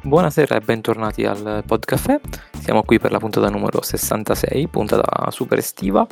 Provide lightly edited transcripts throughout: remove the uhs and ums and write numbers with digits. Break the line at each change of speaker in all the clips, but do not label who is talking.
Buonasera e bentornati al Podcaffè. Siamo qui per la puntata numero 66, puntata super estiva,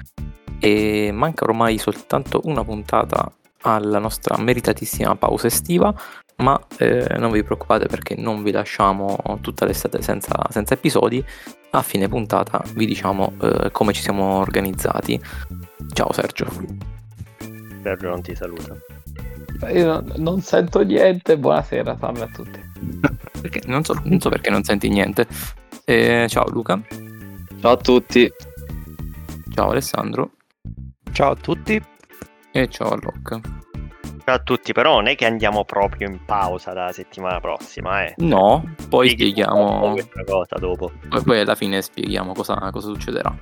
e manca ormai soltanto una puntata alla nostra meritatissima pausa estiva, ma non vi preoccupate perché non vi lasciamo tutta l'estate senza episodi. A fine puntata vi diciamo come ci siamo organizzati. Ciao Sergio.
Sergio non ti saluta.
Io non sento niente. Buonasera, salve a tutti.
Perché non so perché non senti niente. Ciao Luca.
Ciao a tutti.
Ciao Alessandro.
Ciao a tutti.
E ciao Alok.
Ciao a tutti, però non è che andiamo proprio in pausa la settimana prossima,
No, poi spieghiamo
questa cosa dopo.
Poi alla fine spieghiamo cosa succederà.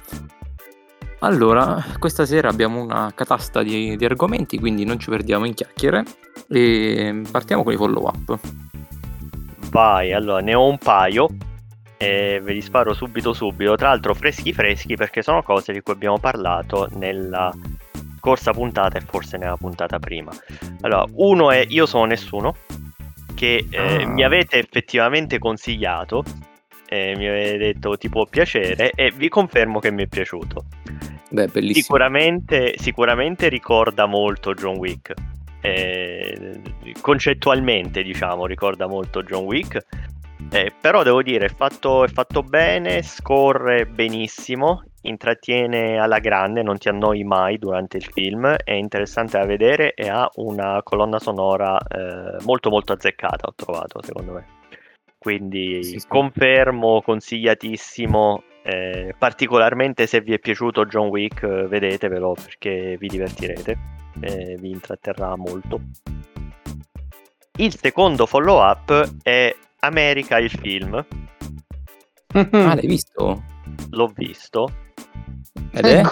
Allora, questa sera abbiamo una catasta di argomenti, quindi non ci perdiamo in chiacchiere e partiamo con i follow up.
Vai, allora ne ho un paio e ve li sparo subito. Tra l'altro freschi perché sono cose di cui abbiamo parlato nella scorsa puntata e forse nella puntata prima. Allora, uno è Io sono nessuno, che mi avete effettivamente consigliato, mi avete detto ti può piacere e vi confermo che mi è piaciuto.
Beh, bellissimo.
Sicuramente ricorda molto John Wick. Concettualmente, diciamo, ricorda molto John Wick. Però devo dire, è fatto bene, scorre benissimo, intrattiene alla grande, non ti annoi mai durante il film, è interessante da vedere e ha una colonna sonora molto molto azzeccata, ho trovato, secondo me. Quindi
Sì.
Confermo, consigliatissimo. Particolarmente se vi è piaciuto John Wick, vedetevelo perché vi divertirete, vi intratterrà molto. Il secondo follow up è America il film.
Ah, l'hai visto?
L'ho visto.
Ed è?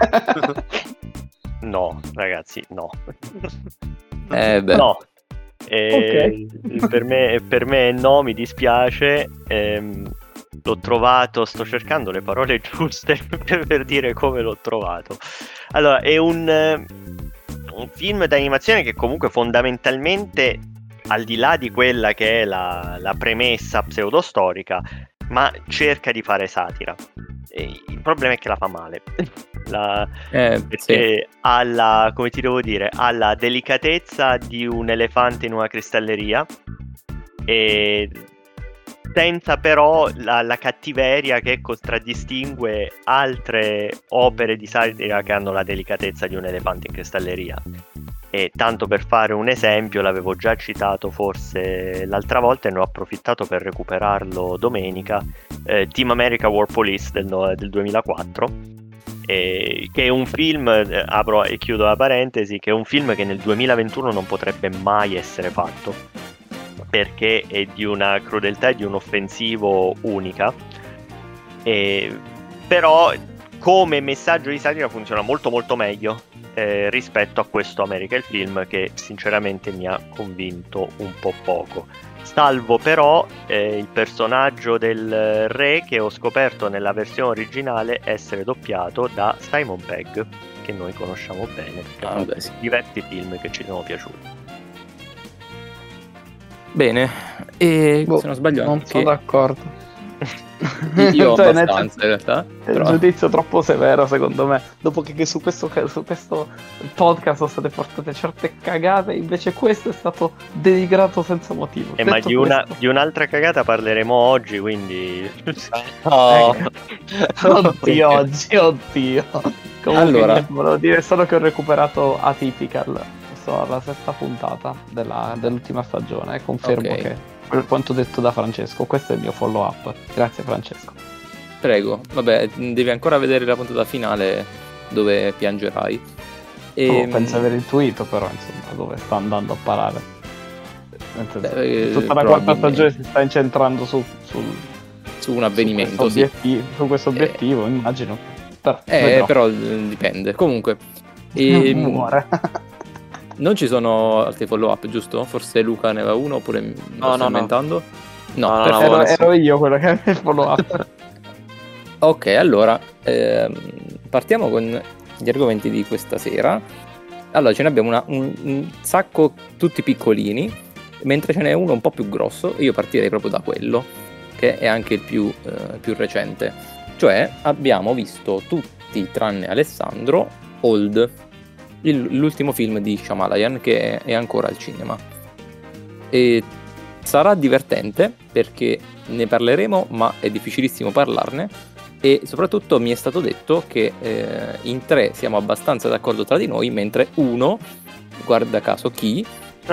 No, ragazzi, no.
Beh.
No.
Okay.
Per me no, mi dispiace. L'ho trovato, sto cercando le parole giuste per dire come l'ho trovato. Allora, è un film d'animazione che comunque fondamentalmente, al di là di quella che è la premessa pseudostorica, ma cerca di fare satira. Il problema è che la fa male. Perché
sì.
ha come ti devo dire, ha la delicatezza di un elefante in una cristalleria e senza però la cattiveria che contraddistingue altre opere di satira che hanno la delicatezza di un elefante in cristalleria. E tanto per fare un esempio, l'avevo già citato forse l'altra volta e ne ho approfittato per recuperarlo domenica, Team America War Police del 2004, che è un film, apro e chiudo la parentesi, che è un film che nel 2021 non potrebbe mai essere fatto, perché è di una crudeltà e di un offensivo unica, però come messaggio di satira funziona molto molto meglio rispetto a questo America il film, che sinceramente mi ha convinto un po' poco, salvo però il personaggio del re, che ho scoperto nella versione originale essere doppiato da Simon Pegg, che noi conosciamo bene, perché
sì.
diversi film che ci sono piaciuti.
Bene, e se non sbaglio
non sono d'accordo.
Io
Cioè,
abbastanza in realtà.
È un giudizio troppo severo, secondo me. Dopo che su questo podcast sono state portate certe cagate, invece questo è stato denigrato senza motivo.
Ma di un'altra cagata parleremo oggi, quindi
oddio. Comunque,
allora,
volevo dire solo che ho recuperato Atypical, sono alla sesta puntata dell'ultima stagione, e confermo che per quanto detto da Francesco, questo è il mio follow up. Grazie Francesco.
Prego. Vabbè, devi ancora vedere la puntata finale dove piangerai.
Penso aver intuito, però insomma dove sta andando a parare. Tutta la quarta stagione si sta incentrando su
un avvenimento,
su questo obiettivo, immagino.
Però dipende. Comunque
muore.
Non ci sono altri follow up, giusto? Forse Luca ne aveva uno, oppure mi sto inventando? No,
ero io quello che aveva il follow up.
Ok, allora partiamo con gli argomenti di questa sera. Allora, ce ne abbiamo un sacco, tutti piccolini, mentre ce n'è uno un po' più grosso, io partirei proprio da quello, che è anche il più recente. Cioè abbiamo visto tutti, tranne Alessandro, Old, l'ultimo film di Shyamalan che è ancora al cinema. E sarà divertente perché ne parleremo, ma è difficilissimo parlarne, e soprattutto mi è stato detto che in 3 siamo abbastanza d'accordo tra di noi, mentre uno, guarda caso chi,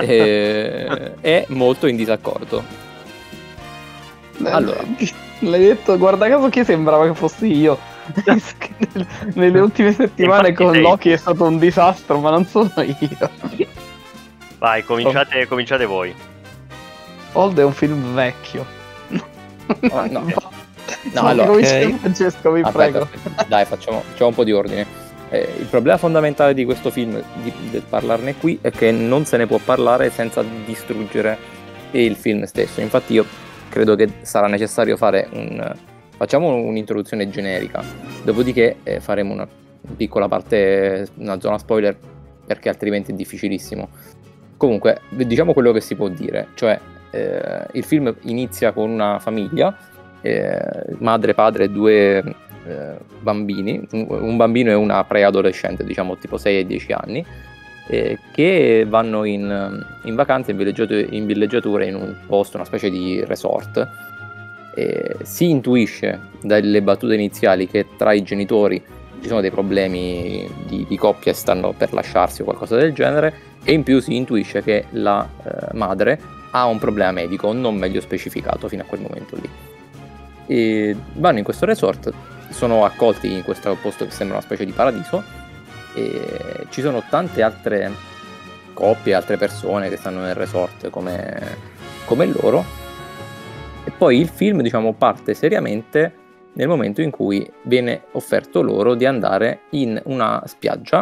è molto in disaccordo. Allora,
l'hai detto, guarda caso che sembrava che fossi io. Nelle ultime settimane
Infatti
con
sei.
Loki è stato un disastro, ma non sono io.
Vai, cominciate voi.
Old è un film vecchio.
no.
No,
allora,
cominciamo, Francesco, vi prego.
Aspetta, dai, facciamo un po' di ordine. Il problema fondamentale di questo film, di parlarne qui, è che non se ne può parlare senza distruggere il film stesso. Infatti io credo che sarà necessario facciamo un'introduzione generica, dopodiché faremo una piccola parte, una zona spoiler, perché altrimenti è difficilissimo. Comunque, diciamo quello che si può dire, cioè il film inizia con una famiglia, madre, padre e 2 bambini, un bambino e una preadolescente, diciamo tipo 6 e 10 anni, che vanno in vacanza in villeggiatura in un posto, una specie di resort. Si intuisce dalle battute iniziali che tra i genitori ci sono dei problemi di coppia e stanno per lasciarsi o qualcosa del genere, e in più si intuisce che la madre ha un problema medico non meglio specificato fino a quel momento lì. E vanno in questo resort, sono accolti in questo posto che sembra una specie di paradiso, e ci sono tante altre coppie, altre persone che stanno nel resort come loro, e poi il film, diciamo, parte seriamente nel momento in cui viene offerto loro di andare in una spiaggia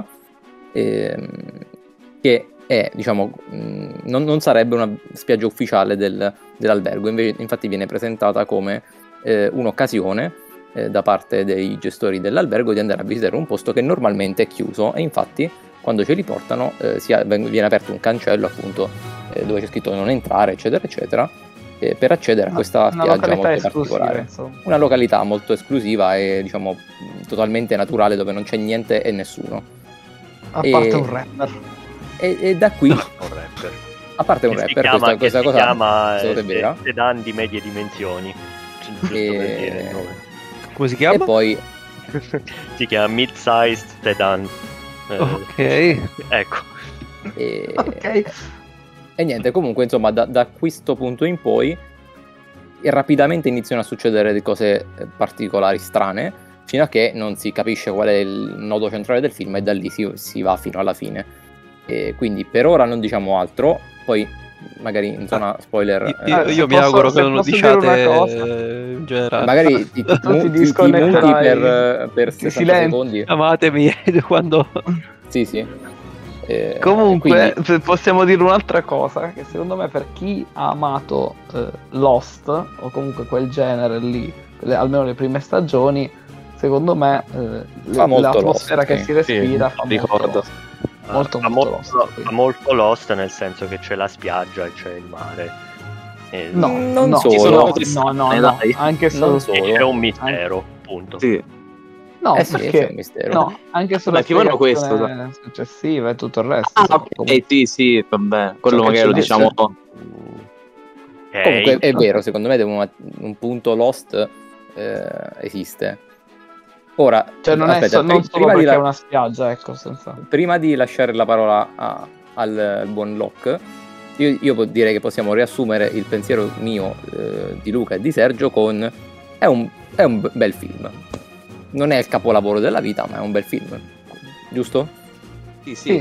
che è, diciamo, non sarebbe una spiaggia ufficiale dell'albergo, invece infatti viene presentata come un'occasione da parte dei gestori dell'albergo di andare a visitare un posto che normalmente è chiuso, e infatti quando ce li portano viene aperto un cancello, appunto, dove c'è scritto non entrare, eccetera eccetera, per accedere a questa spiaggia molto particolare, insomma. Una località molto esclusiva e, diciamo, totalmente naturale, dove non c'è niente e nessuno,
a parte un rapper,
e
da qui
un rapper.
A parte un
che
rapper, questa cosa
si chiama
è vera.
sedan di medie dimensioni. Giusto per dire il nome.
Come si chiama?
E poi
Si chiama mid-sized sedan.
Ok.
Ecco.
ok.
E niente, comunque, insomma, da questo punto in poi rapidamente iniziano a succedere delle cose particolari, strane, fino a che non si capisce qual è il nodo centrale del film, e da lì si va fino alla fine. E quindi per ora non diciamo altro, poi magari in zona spoiler
io mi auguro che non lo diciate
in
generale.
magari ti muti per 60 secondi.
Amatemi quando...
Sì.
Comunque
quindi
possiamo dire un'altra cosa, che secondo me per chi ha amato Lost o comunque quel genere lì, almeno le prime stagioni, secondo me l'atmosfera
Lost,
che si respira fa
ricordo.
molto Lost.
Fa molto Lost, nel senso che c'è la spiaggia e c'è il mare.
non
no,
solo.
no, anche solo
Non solo.
C'è un mistero, appunto.
Sì.
no,
sì,
perché
è un mistero.
no, anche sulla
Più o meno questo,
spiegazione successiva e tutto il resto.
Sì, vabbè. Quello
Ciò che
magari
ci
lo
dice-
diciamo.
Comunque è vero, secondo me un punto Lost esiste. Ora,
Cioè non
aspetta,
è non solo
prima
perché è una spiaggia, ecco, senza...
prima di lasciare la parola al buon Locke, io direi che possiamo riassumere il pensiero mio, di Luca e di Sergio con è un bel film. Non è il capolavoro della vita, ma è un bel film, giusto?
Sì.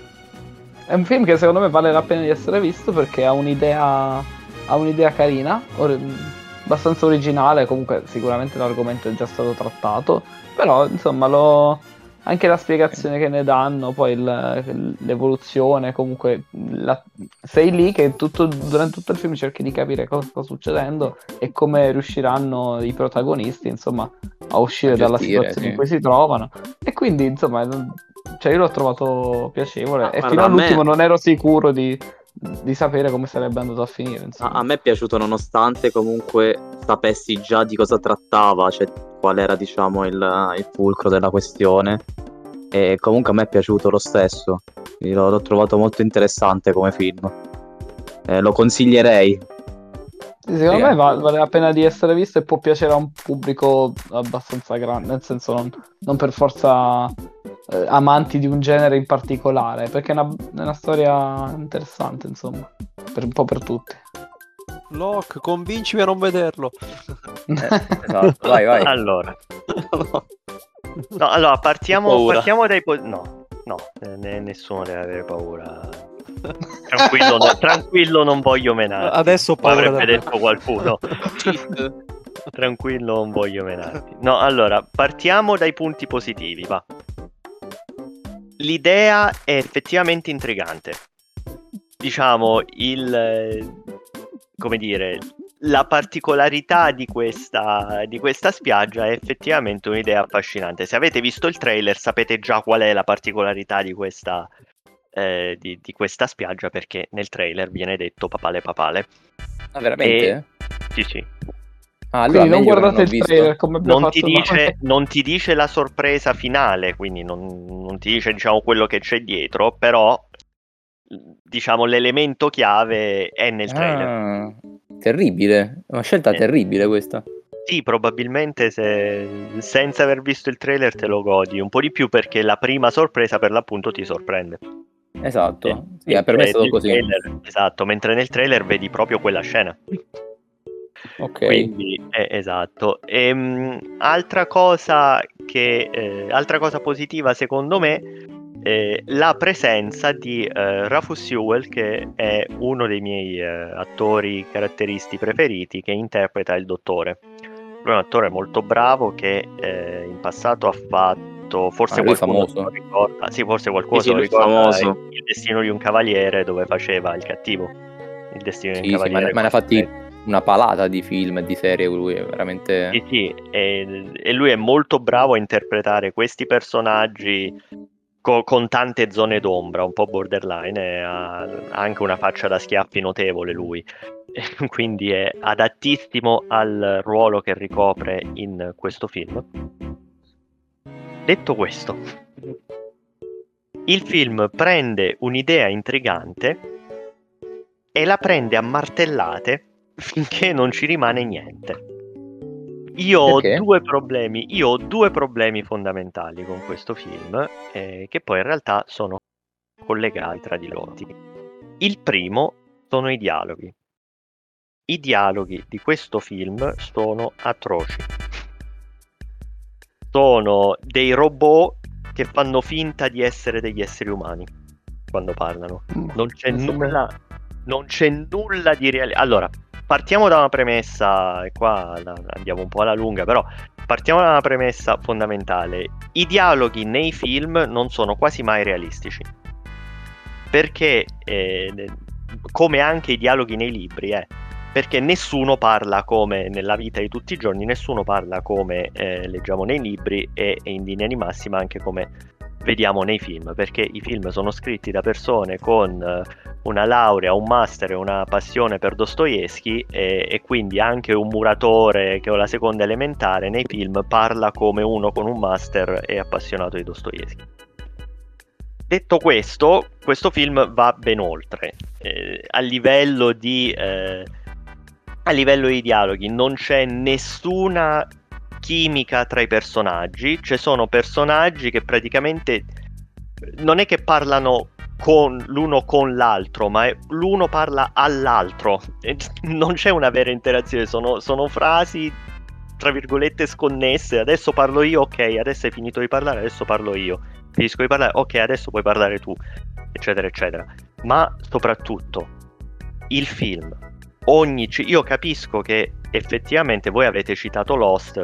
È un film che secondo me vale la pena di essere visto perché ha un'idea carina, abbastanza originale. Comunque sicuramente l'argomento è già stato trattato, però insomma anche la spiegazione che ne danno, poi l'evoluzione, comunque sei lì che durante tutto il film cerchi di capire cosa sta succedendo e come riusciranno i protagonisti, insomma, a uscire dalla situazione in cui si trovano. E quindi insomma, cioè io l'ho trovato piacevole, e fino all'ultimo non ero sicuro di di sapere come sarebbe andato a finire, insomma.
A me è piaciuto nonostante comunque sapessi già di cosa trattava, cioè qual era diciamo il fulcro della questione, e comunque a me è piaciuto lo stesso. L'ho trovato molto interessante come film, lo consiglierei.
Sì, secondo me vale la pena di essere visto e può piacere a un pubblico abbastanza grande, nel senso non per forza amanti di un genere in particolare, perché è una storia interessante, insomma, un po' per tutti.
Locke, convincimi a non vederlo.
Esatto, vai.
Allora, partiamo dai no, nessuno deve avere paura. Tranquillo, non voglio menarti.
Adesso ho paura.
Avrebbe detto qualcuno. Tranquillo, non voglio menarti. No, allora, partiamo dai punti positivi, va. L'idea è effettivamente intrigante. Diciamo, come dire, la particolarità di questa spiaggia è effettivamente un'idea affascinante. Se avete visto il trailer sapete già qual è la particolarità di questa spiaggia, perché nel trailer viene detto papale.
Ah, veramente?
Sì.
Ah, allora
quindi non
meglio che
guardate il
visto.
trailer come abbiamo fatto noi.
Non ti dice la sorpresa finale, quindi non ti dice diciamo quello che c'è dietro, però diciamo l'elemento chiave è nel trailer.
Terribile, una scelta terribile questa.
Sì, probabilmente senza aver visto il trailer te lo godi un po' di più, perché la prima sorpresa per l'appunto ti sorprende.
Esatto, per me è stato così.
Esatto, mentre nel trailer vedi proprio quella scena.
Ok.
Quindi esatto. Altra cosa positiva secondo me, la presenza di Rufus Sewell, che è uno dei miei attori caratteristi preferiti, che interpreta il dottore. Lui è un attore molto bravo che in passato ha fatto, forse qualcuno
famoso.
lo ricorda, sì, forse qualcuno
Sì,
lo
lui è
ricorda,
famoso.
Il destino di un cavaliere, dove faceva il cattivo. Il destino di un cavaliere.
Ma ne ha fatti una palata di film e di serie, lui è veramente...
Sì, e lui è molto bravo a interpretare questi personaggi con tante zone d'ombra, un po' borderline, e ha anche una faccia da schiaffi notevole lui. Quindi è adattissimo al ruolo che ricopre in questo film. Detto questo, il film prende un'idea intrigante e la prende a martellate finché non ci rimane niente. Io ho due problemi fondamentali con questo film, che poi in realtà sono collegati tra di loro. Il primo sono i dialoghi. I dialoghi di questo film sono atroci. Sono dei robot che fanno finta di essere degli esseri umani quando parlano. Non c'è nulla di reale. Allora, partiamo da una premessa, e qua andiamo un po' alla lunga, però partiamo da una premessa fondamentale. I dialoghi nei film non sono quasi mai realistici, perché come anche i dialoghi nei libri, perché nessuno parla come nella vita di tutti i giorni, nessuno parla come leggiamo nei libri, e in linea di massima anche come vediamo nei film, perché i film sono scritti da persone con una laurea, un master e una passione per Dostoevsky, e quindi anche un muratore che ho la seconda elementare nei film parla come uno con un master e appassionato di Dostoevsky. Detto questo film va ben oltre. A livello di dialoghi non c'è nessuna chimica tra i personaggi. Ci sono personaggi che praticamente non è che parlano con l'uno con l'altro, ma l'uno parla all'altro. Non c'è una vera interazione, sono frasi tra virgolette sconnesse. Adesso parlo io, ok, adesso hai finito di parlare, adesso parlo io. Finisco di parlare, ok, adesso puoi parlare tu, eccetera eccetera. Ma soprattutto il film, io capisco che effettivamente voi avete citato Lost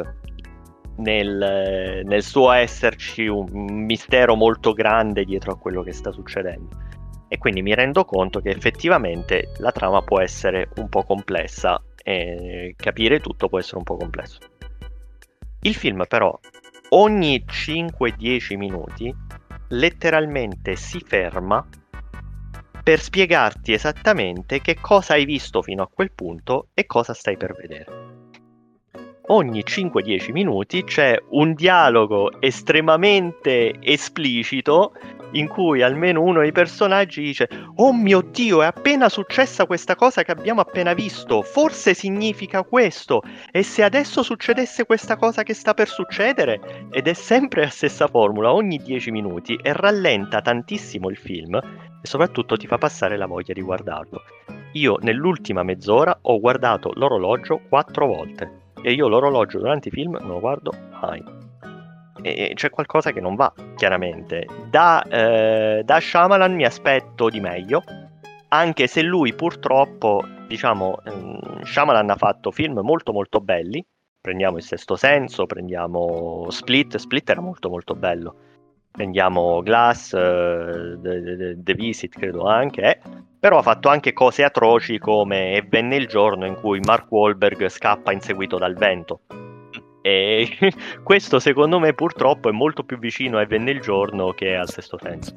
nel suo esserci un mistero molto grande dietro a quello che sta succedendo, e quindi mi rendo conto che effettivamente la trama può essere un po' complessa e capire tutto può essere un po' complesso. Il film però ogni 5-10 minuti letteralmente si ferma per spiegarti esattamente che cosa hai visto fino a quel punto e cosa stai per vedere. Ogni 5-10 minuti c'è un dialogo estremamente esplicito in cui almeno uno dei personaggi dice: oh mio Dio, è appena successa questa cosa che abbiamo appena visto, forse significa questo, e se adesso succedesse questa cosa che sta per succedere? Ed è sempre la stessa formula ogni 10 minuti e rallenta tantissimo il film e soprattutto ti fa passare la voglia di guardarlo. Io nell'ultima mezz'ora ho guardato l'orologio 4 volte e io l'orologio durante i film non lo guardo mai. E c'è qualcosa che non va, chiaramente. Da Shyamalan mi aspetto di meglio, anche se lui purtroppo, diciamo, Shyamalan ha fatto film molto molto belli. Prendiamo Il Sesto Senso, prendiamo Split era molto molto bello, prendiamo Glass, The Visit credo anche, però ha fatto anche cose atroci come E venne il giorno, in cui Mark Wahlberg scappa inseguito dal vento. E questo secondo me purtroppo è molto più vicino a E venne il giorno che al Sesto Senso.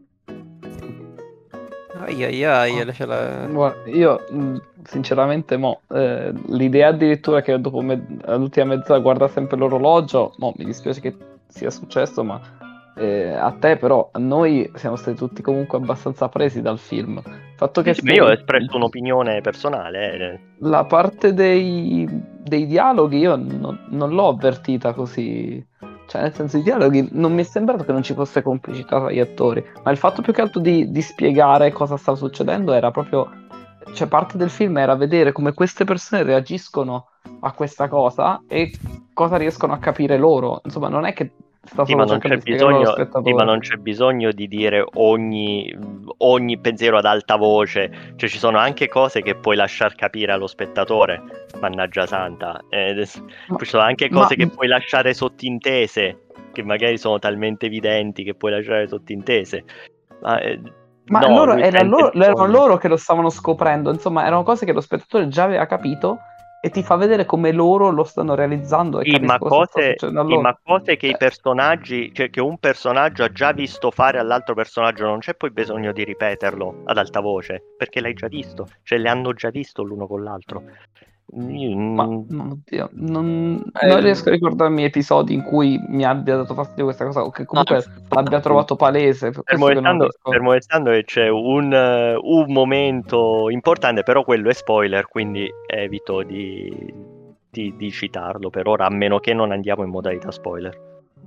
Guarda, io sinceramente l'idea addirittura che dopo l'ultima mezz'ora guarda sempre l'orologio, mi dispiace che sia successo, ma a te però, a noi siamo stati tutti comunque abbastanza presi dal film. Fatto che
io ho espresso un'opinione personale.
La parte dei dialoghi io non l'ho avvertita così. Cioè, nel senso, i dialoghi non mi è sembrato che non ci fosse complicità tra gli attori, ma il fatto più che altro di spiegare cosa stava succedendo era proprio, cioè, parte del film era vedere come queste persone reagiscono a questa cosa e cosa riescono a capire loro. Insomma, non è che
sì, ma non c'è bisogno di dire ogni pensiero ad alta voce, cioè ci sono anche cose che puoi lasciar capire allo spettatore, mannaggia santa, ci sono anche cose che puoi lasciare sottintese, che magari sono talmente evidenti che puoi lasciare sottintese.
Ma no, erano loro che lo stavano scoprendo, insomma, erano cose che lo spettatore già aveva capito e ti fa vedere come loro lo stanno realizzando e
ma cose che i personaggi, cioè che un personaggio ha già visto fare all'altro personaggio, non c'è poi bisogno di ripeterlo ad alta voce, perché l'hai già visto, cioè le hanno già visto l'uno con l'altro.
Non riesco a ricordarmi episodi in cui mi abbia dato fastidio questa cosa o che comunque l'abbia trovato palese.
Fermo restando che c'è un momento importante, però quello è spoiler, quindi evito di citarlo per ora, a meno che non andiamo in modalità spoiler.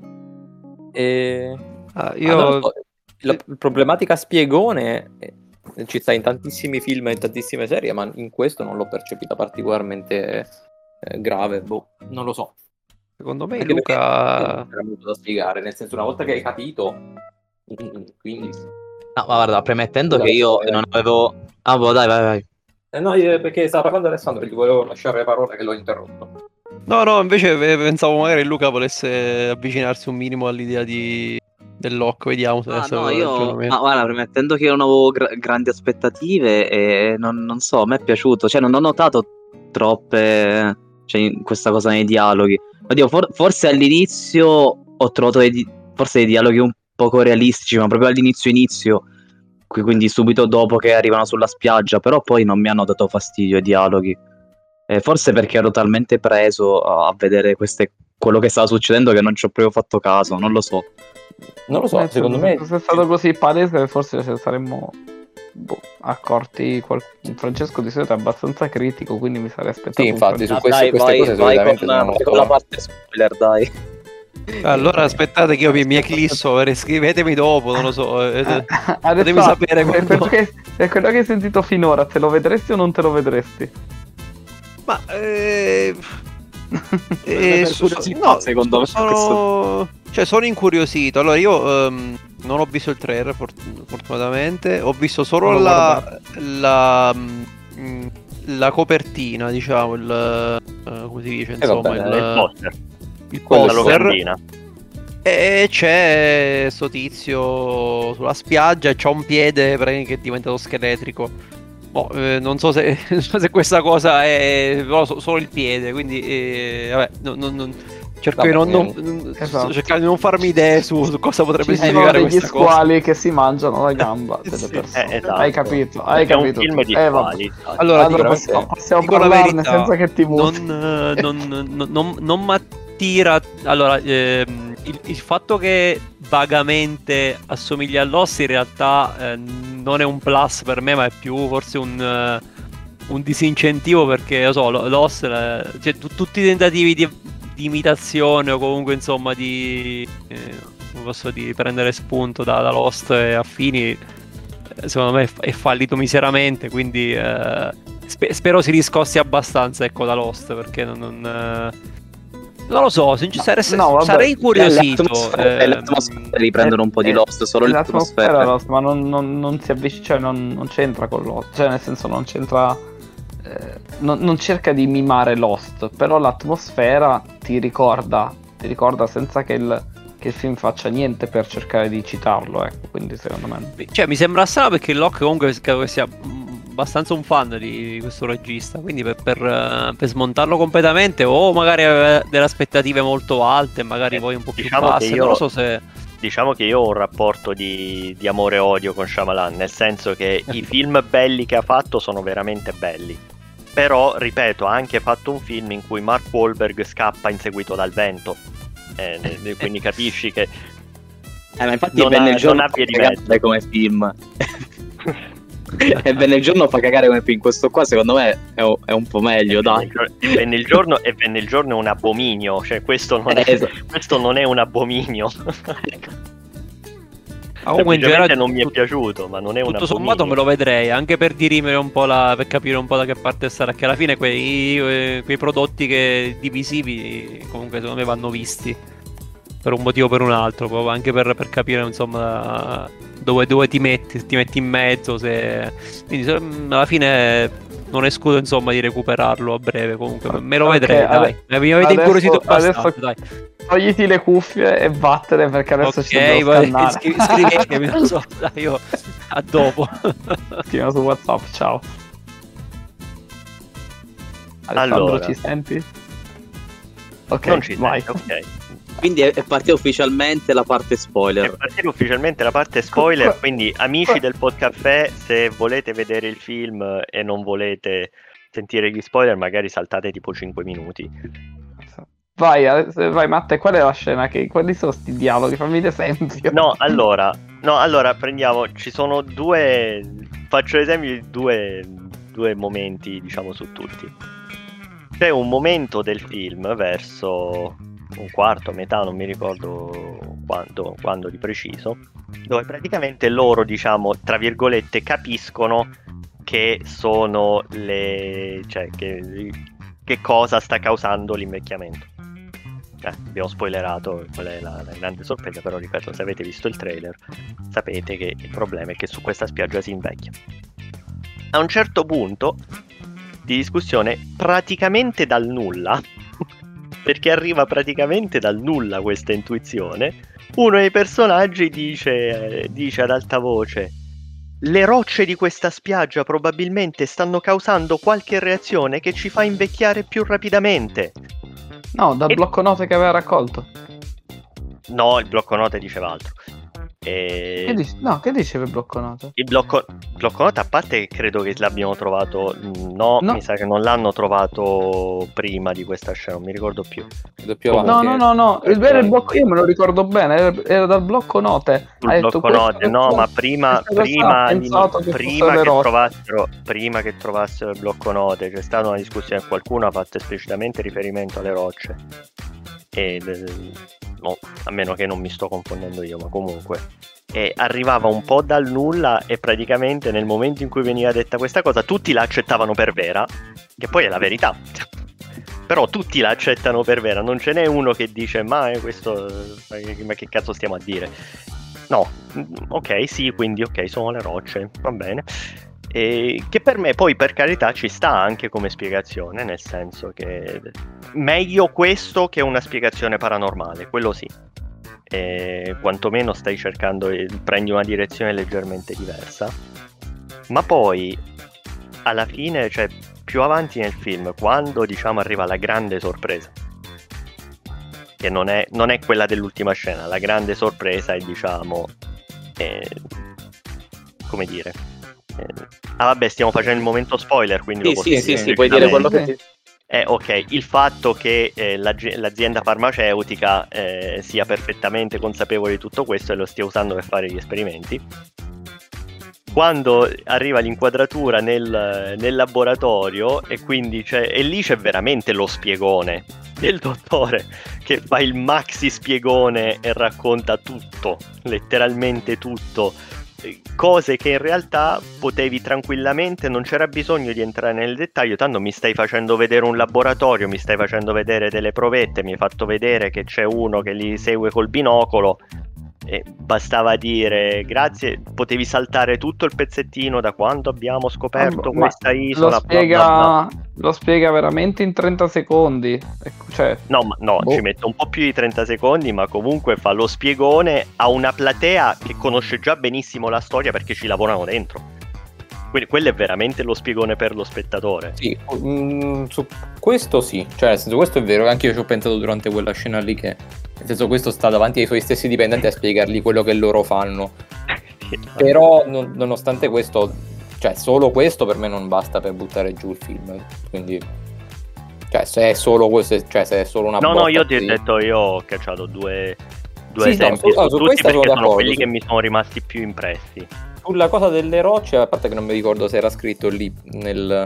La problematica spiegone ci sta in tantissimi film e in tantissime serie, ma in questo non l'ho percepita particolarmente grave. Non lo so.
Secondo me
anche
Luca
era molto da spiegare, nel senso, una volta che hai capito, quindi
no, ma guarda, premettendo che io non avevo vai.
No, perché stava parlando Alessandro, gli volevo lasciare le parole che l'ho interrotto.
No, invece pensavo magari Luca volesse avvicinarsi un minimo all'idea del lock, vediamo se
ma guarda, premettendo che io non avevo grandi aspettative e non so, a me è piaciuto, cioè non ho notato troppe, cioè, questa cosa nei dialoghi. Oddio, forse all'inizio ho trovato forse dei dialoghi un poco realistici, ma proprio inizio, quindi subito dopo che arrivano sulla spiaggia, però poi non mi hanno dato fastidio i dialoghi. Forse perché ero talmente preso a vedere quello che stava succedendo che non ci ho proprio fatto caso, non lo so.
Non lo so, secondo me
se è stato così palese forse ce ne saremmo accorti. Francesco di solito è abbastanza critico, quindi mi sarei aspettato.
Sì, infatti su queste cose solitamente
con la parte spoiler, dai.
Allora aspettate che io mi eclisso, scrivetemi dopo, non lo so.
Fatemi sapere è quello che hai sentito finora, te lo vedresti o non te lo vedresti?
Ma
no, secondo me
sono incuriosito. Allora io non ho visto il trailer fortunatamente, ho visto solo la copertina, diciamo, come si dice, insomma, il poster. E c'è sto tizio sulla spiaggia e c'ha un piede che è diventato scheletrico. Non so se questa cosa è però solo il piede, quindi vabbè, Cerco di
esatto.
cercare di non farmi idee su cosa potrebbe
Ci sono
significare
degli
questa cosa.
squali che si mangiano la gamba delle persone.
Esatto.
Hai capito?
È un film di squali.
Allora,
possiamo
dico la
parlarne
verità,
senza che ti muti.
non mi attira. Allora, il fatto che vagamente assomiglia all'Oss in realtà non è un plus per me, ma è più forse un disincentivo, perché lo so, l'Oss, cioè, tutti i tentativi di imitazione o comunque insomma di come posso dire, prendere spunto da Lost e affini, secondo me è fallito miseramente, quindi spero si riscossi abbastanza, ecco, da Lost, perché non lo so, sarei incuriosito.
L'atmosfera riprendono un po' di Lost, solo l'atmosfera
Lost, ma non si avvicina, cioè non c'entra con Lost, cioè nel senso non c'entra, non cerca di mimare Lost, però l'atmosfera ti ricorda senza che il film faccia niente per cercare di citarlo, ecco, quindi secondo me... Cioè
mi sembra strano, perché Locke comunque credo che sia abbastanza un fan di questo regista, quindi per smontarlo completamente, o magari aveva delle aspettative molto alte, magari poi un po' più basse, non lo so se...
Diciamo che io ho un rapporto di amore e odio con Shyamalan, nel senso che i film belli che ha fatto sono veramente belli, però, ripeto, ha anche fatto un film in cui Mark Wahlberg scappa inseguito dal vento, quindi capisci che
ma infatti non ha via di mezzo come film. E Venne il giorno fa cagare come film. Questo qua secondo me è un po' meglio, dai.
Venne il giorno è un abominio, cioè questo non è un abominio.
Comunque in generale
non mi è piaciuto, ma non è un abominio.
Tutto sommato me lo vedrei, anche per dirimere un po' per capire un po' da che parte stare, che alla fine quei prodotti divisivi comunque secondo me vanno visti per un motivo o per un altro, proprio anche per capire insomma dove ti metti in mezzo, quindi alla fine non escludo insomma di recuperarlo a breve. Comunque me lo vedrei, dai. Mi avete incuriosito abbastanza, dai.
Togliti le cuffie e vattene, perché adesso ci devo scannare.
Scrivetemi, non so, dai, io a dopo.
Scriviamo su WhatsApp, ciao. Alessandro,
allora,
ci senti? Ok,
non ci
vai.
Senti, ok.
Quindi è partita ufficialmente la parte spoiler.
Quindi amici del Podcaffè, se volete vedere il film e non volete sentire gli spoiler, magari saltate tipo 5 minuti.
Vai Matte, qual è la scena? Quali sono sti dialoghi? Fammi l'esempio.
No, allora prendiamo, ci sono faccio l'esempio di due momenti, diciamo, su tutti. C'è un momento del film verso un quarto, metà, non mi ricordo quando di preciso, dove praticamente loro, diciamo, tra virgolette, capiscono che sono che cosa sta causando l'invecchiamento. Abbiamo spoilerato, quella è la grande sorpresa, però ripeto, se avete visto il trailer sapete che il problema è che su questa spiaggia si invecchia. A un certo punto di discussione, praticamente dal nulla, perché arriva praticamente dal nulla questa intuizione, uno dei personaggi dice ad alta voce: le rocce di questa spiaggia probabilmente stanno causando qualche reazione che ci fa invecchiare più rapidamente.
No, dal blocco note che aveva raccolto.
No, il blocco note diceva altro.
Che diceva il blocco note? Il
blocco note, a parte che credo che l'abbiamo trovato. No, mi sa che non l'hanno trovato prima di questa scena, non mi ricordo più.
No. Il vero blocco, io me lo ricordo bene, era dal blocco note.
Il blocco note, no, ma prima che trovassero il blocco note c'è stata una discussione, qualcuno ha fatto esplicitamente riferimento alle rocce. No, a meno che non mi sto confondendo io, ma comunque arrivava un po' dal nulla, e praticamente nel momento in cui veniva detta questa cosa tutti la accettavano per vera, che poi è la verità. Però tutti la accettano per vera, non ce n'è uno che dice ma che cazzo stiamo a dire. No, ok, sì, quindi ok, sono le rocce, va bene. Che per me poi, per carità, ci sta anche come spiegazione, nel senso che meglio questo che una spiegazione paranormale, quello sì. Quantomeno stai cercando, prendi una direzione leggermente diversa. Ma poi alla fine, cioè più avanti nel film, quando diciamo arriva la grande sorpresa, che non è quella dell'ultima scena. La grande sorpresa è, diciamo, come dire, vabbè, stiamo facendo il momento spoiler, quindi lo posso dire.
Sì, puoi dire quello che ti...
Ok, il fatto che l'azienda farmaceutica sia perfettamente consapevole di tutto questo e lo stia usando per fare gli esperimenti. Quando arriva l'inquadratura nel laboratorio e quindi lì c'è veramente lo spiegone del dottore che fa il maxi spiegone e racconta tutto, letteralmente tutto, cose che in realtà potevi tranquillamente, non c'era bisogno di entrare nel dettaglio, tanto mi stai facendo vedere un laboratorio, mi stai facendo vedere delle provette, mi hai fatto vedere che c'è uno che li segue col binocolo. E bastava dire grazie, potevi saltare tutto il pezzettino da quando abbiamo scoperto questa isola.
Lo spiega veramente in 30 secondi. Cioè,
ci mette un po' più di 30 secondi, ma comunque fa lo spiegone a una platea che conosce già benissimo la storia perché ci lavorano dentro. Quindi quello è veramente lo spiegone per lo spettatore.
Sì, su questo sì, cioè nel senso, questo è vero, anche io ci ho pensato durante quella scena lì, che nel senso questo sta davanti ai suoi stessi dipendenti a spiegargli quello che loro fanno. Però nonostante questo, cioè solo questo per me non basta per buttare giù il film, quindi cioè se è solo questo, cioè se è solo una
No, io ti ho detto, io ho cacciato due esempi su tutti perché sono quelli che mi sono rimasti più impressi.
Sulla cosa delle rocce, a parte che non mi ricordo se era scritto lì nel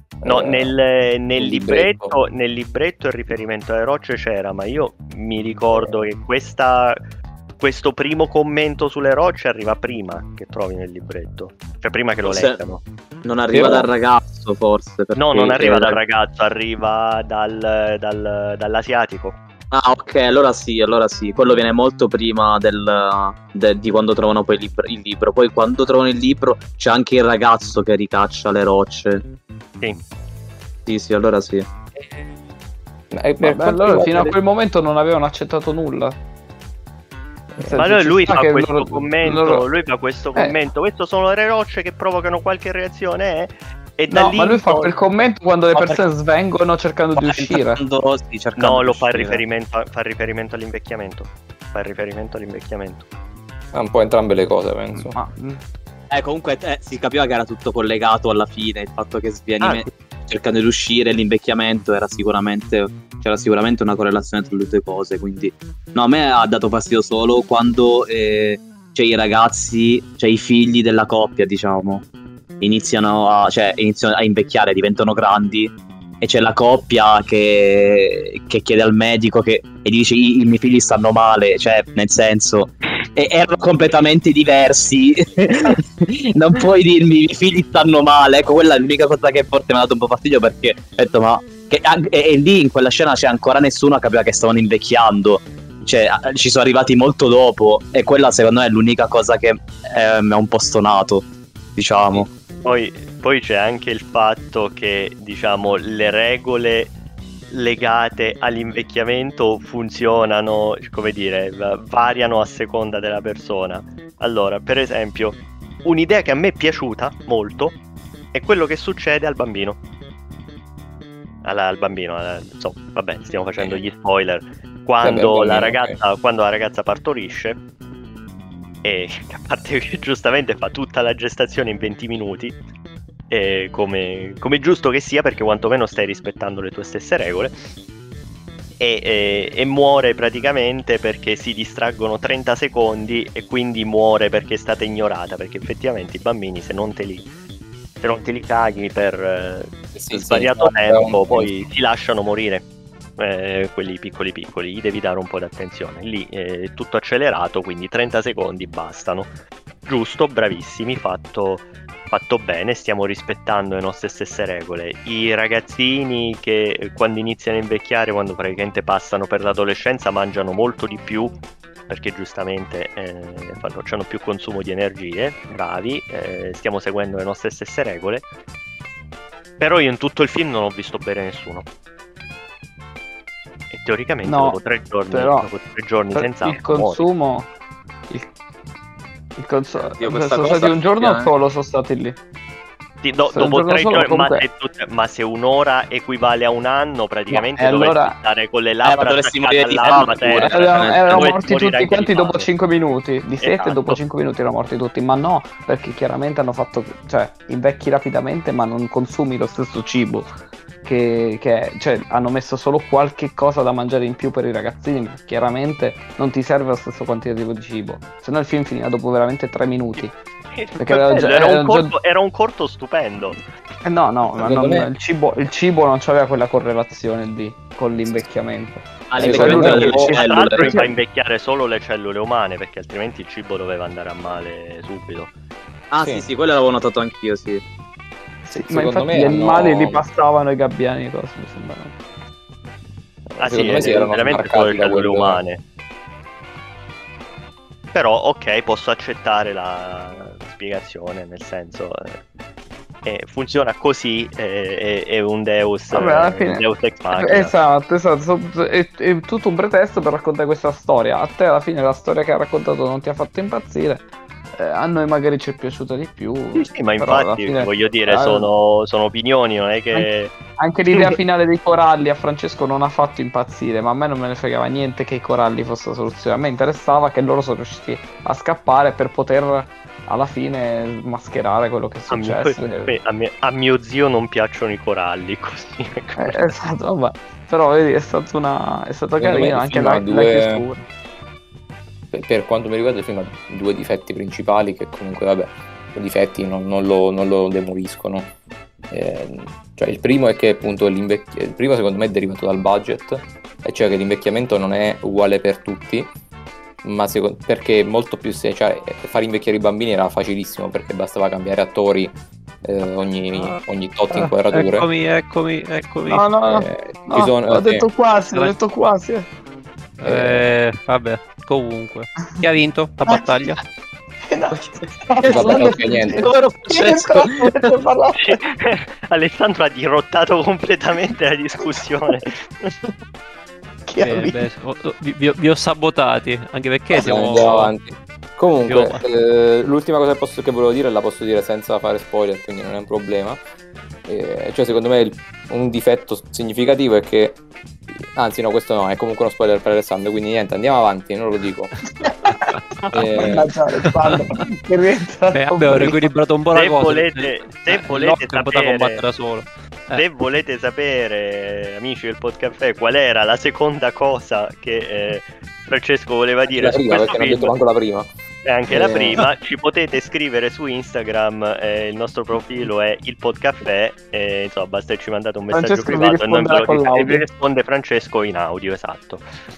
libretto il riferimento alle rocce c'era, ma io mi ricordo che questo primo commento sulle rocce arriva prima che trovi nel libretto, cioè prima che lo leggano.
Non arriva dal ragazzo, forse?
No, non arriva dal ragazzo, arriva dall'asiatico.
Ah, ok, allora sì, quello viene molto prima di quando trovano poi il libro. Poi quando trovano il libro c'è anche il ragazzo che ricaccia le rocce. Sì, allora sì.
Allora fino a quel momento non avevano accettato nulla.
Ma lui fa questo commento, queste sono le rocce che provocano qualche reazione,
ma lui fa quel commento quando le persone svengono cercando di uscire.
Lo fa riferimento all'invecchiamento.
Un po' entrambe le cose, penso.
Comunque si capiva che era tutto collegato alla fine, il fatto che sviene cercando di uscire, l'invecchiamento c'era sicuramente una correlazione tra le due cose, quindi no, a me ha dato fastidio solo quando c'è i ragazzi, i figli della coppia, diciamo, iniziano a invecchiare, diventano grandi e c'è la coppia che chiede al medico e gli dice i miei figli stanno male, cioè nel senso erano completamente diversi. Non puoi dirmi i figli stanno male, ecco, quella è l'unica cosa che forse mi ha dato un po' fastidio, perché ho detto e lì in quella scena ancora nessuno capiva che stavano invecchiando, cioè ci sono arrivati molto dopo, e quella secondo me è l'unica cosa che mi ha un po' stonato, diciamo.
Poi c'è anche il fatto che, diciamo, le regole legate all'invecchiamento funzionano, come dire, variano a seconda della persona. Allora, per esempio, un'idea che a me è piaciuta molto è quello che succede al bambino. Insomma, vabbè, stiamo facendo gli spoiler. Quando la ragazza partorisce, e a parte che giustamente fa tutta la gestazione in 20 minuti, come giusto che sia, perché quantomeno stai rispettando le tue stesse regole, e muore praticamente perché si distraggono 30 secondi e quindi muore perché è stata ignorata, perché effettivamente i bambini se non te li caghi per sbagliato tempo poi si lasciano morire. Quelli piccoli, gli devi dare un po' di attenzione. Lì è tutto accelerato, quindi 30 secondi bastano. Giusto, bravissimi, fatto bene, stiamo rispettando le nostre stesse regole. I ragazzini che quando iniziano a invecchiare, quando praticamente passano per l'adolescenza, mangiano molto di più, perché giustamente hanno più consumo di energie. Bravi, stiamo seguendo le nostre stesse regole. Però io in tutto il film non ho visto bere nessuno. E teoricamente dopo 3 giorni senza
il consumo sono stati un giorno solo, sono stati lì.
Sì, dopo 3 giorni, comunque... ma se un'ora equivale a un anno, praticamente dovresti stare con le labbra
dovresti morire di fame.
Erano morti tutti quanti dopo 5 minuti. Di sete dopo 5 minuti erano morti tutti. Ma no, perché chiaramente hanno fatto, cioè, invecchi rapidamente, ma non consumi lo stesso cibo. Cioè, hanno messo solo qualche cosa da mangiare in più per i ragazzini, ma chiaramente non ti serve lo stesso quantitativo di cibo. Se no il film finiva dopo veramente 3 minuti. Perché
era un corto stupendo.
No, ma il cibo non c'aveva quella correlazione con l'invecchiamento.
Tra l'altro fa invecchiare solo le cellule umane, perché altrimenti il cibo doveva andare a male subito.
Sì, quello l'avevo notato anch'io, sì.
Ma infatti gli animali li passavano i gabbiani e cose, mi sembrava.
Sì, erano veramente solo le cellule umane. Però ok, posso accettare la spiegazione, nel senso funziona così, è un Deus, alla fine, un Deus Ex Machina.
Esatto, è tutto un pretesto per raccontare questa storia. A te alla fine la storia che ha raccontato non ti ha fatto impazzire, a noi magari ci è piaciuta di più.
Sì, ma infatti fine, voglio dire, sono opinioni, non è che...
Anche l'idea finale dei coralli a Francesco non ha fatto impazzire, ma a me non me ne fregava niente che i coralli fossero la soluzione. A me interessava che loro sono riusciti a scappare per poter alla fine mascherare quello che è successo.
A mio zio non piacciono i coralli, così.
Esatto, vabbè. Però vedi, è stato carino anche la chiusura.
Per quanto mi riguarda il film ha 2 difetti principali che comunque vabbè, i difetti non lo demoliscono. Cioè il primo è che appunto il primo secondo me è derivato dal budget, e cioè che l'invecchiamento non è uguale per tutti, ma perché molto più cioè, fare invecchiare i bambini era facilissimo perché bastava cambiare attori ogni tot inquadrature.
Eccomi. No, ho detto quasi.
Vabbè, comunque chi ha vinto la battaglia?
Alessandro ha dirottato completamente la discussione.
Vi ho sabotati, anche perché
andiamo avanti. Comunque l'ultima cosa che volevo dire la posso dire senza fare spoiler, quindi non è un problema. Cioè secondo me un difetto significativo è che, anzi no, questo no, è comunque uno spoiler per Alessandro, quindi niente, andiamo avanti, non lo dico.
Abbiamo riequilibrato un po' la cosa.
Se volete sapere da solo. Se volete sapere, amici del Podcaffè, qual era la seconda cosa che Francesco voleva dire su questo film,
non ho detto manco la prima.
E anche la prima, ci potete scrivere su Instagram, il nostro profilo è il Podcaffè, insomma basta che ci mandate un messaggio privato e vi risponde Francesco in audio, esatto.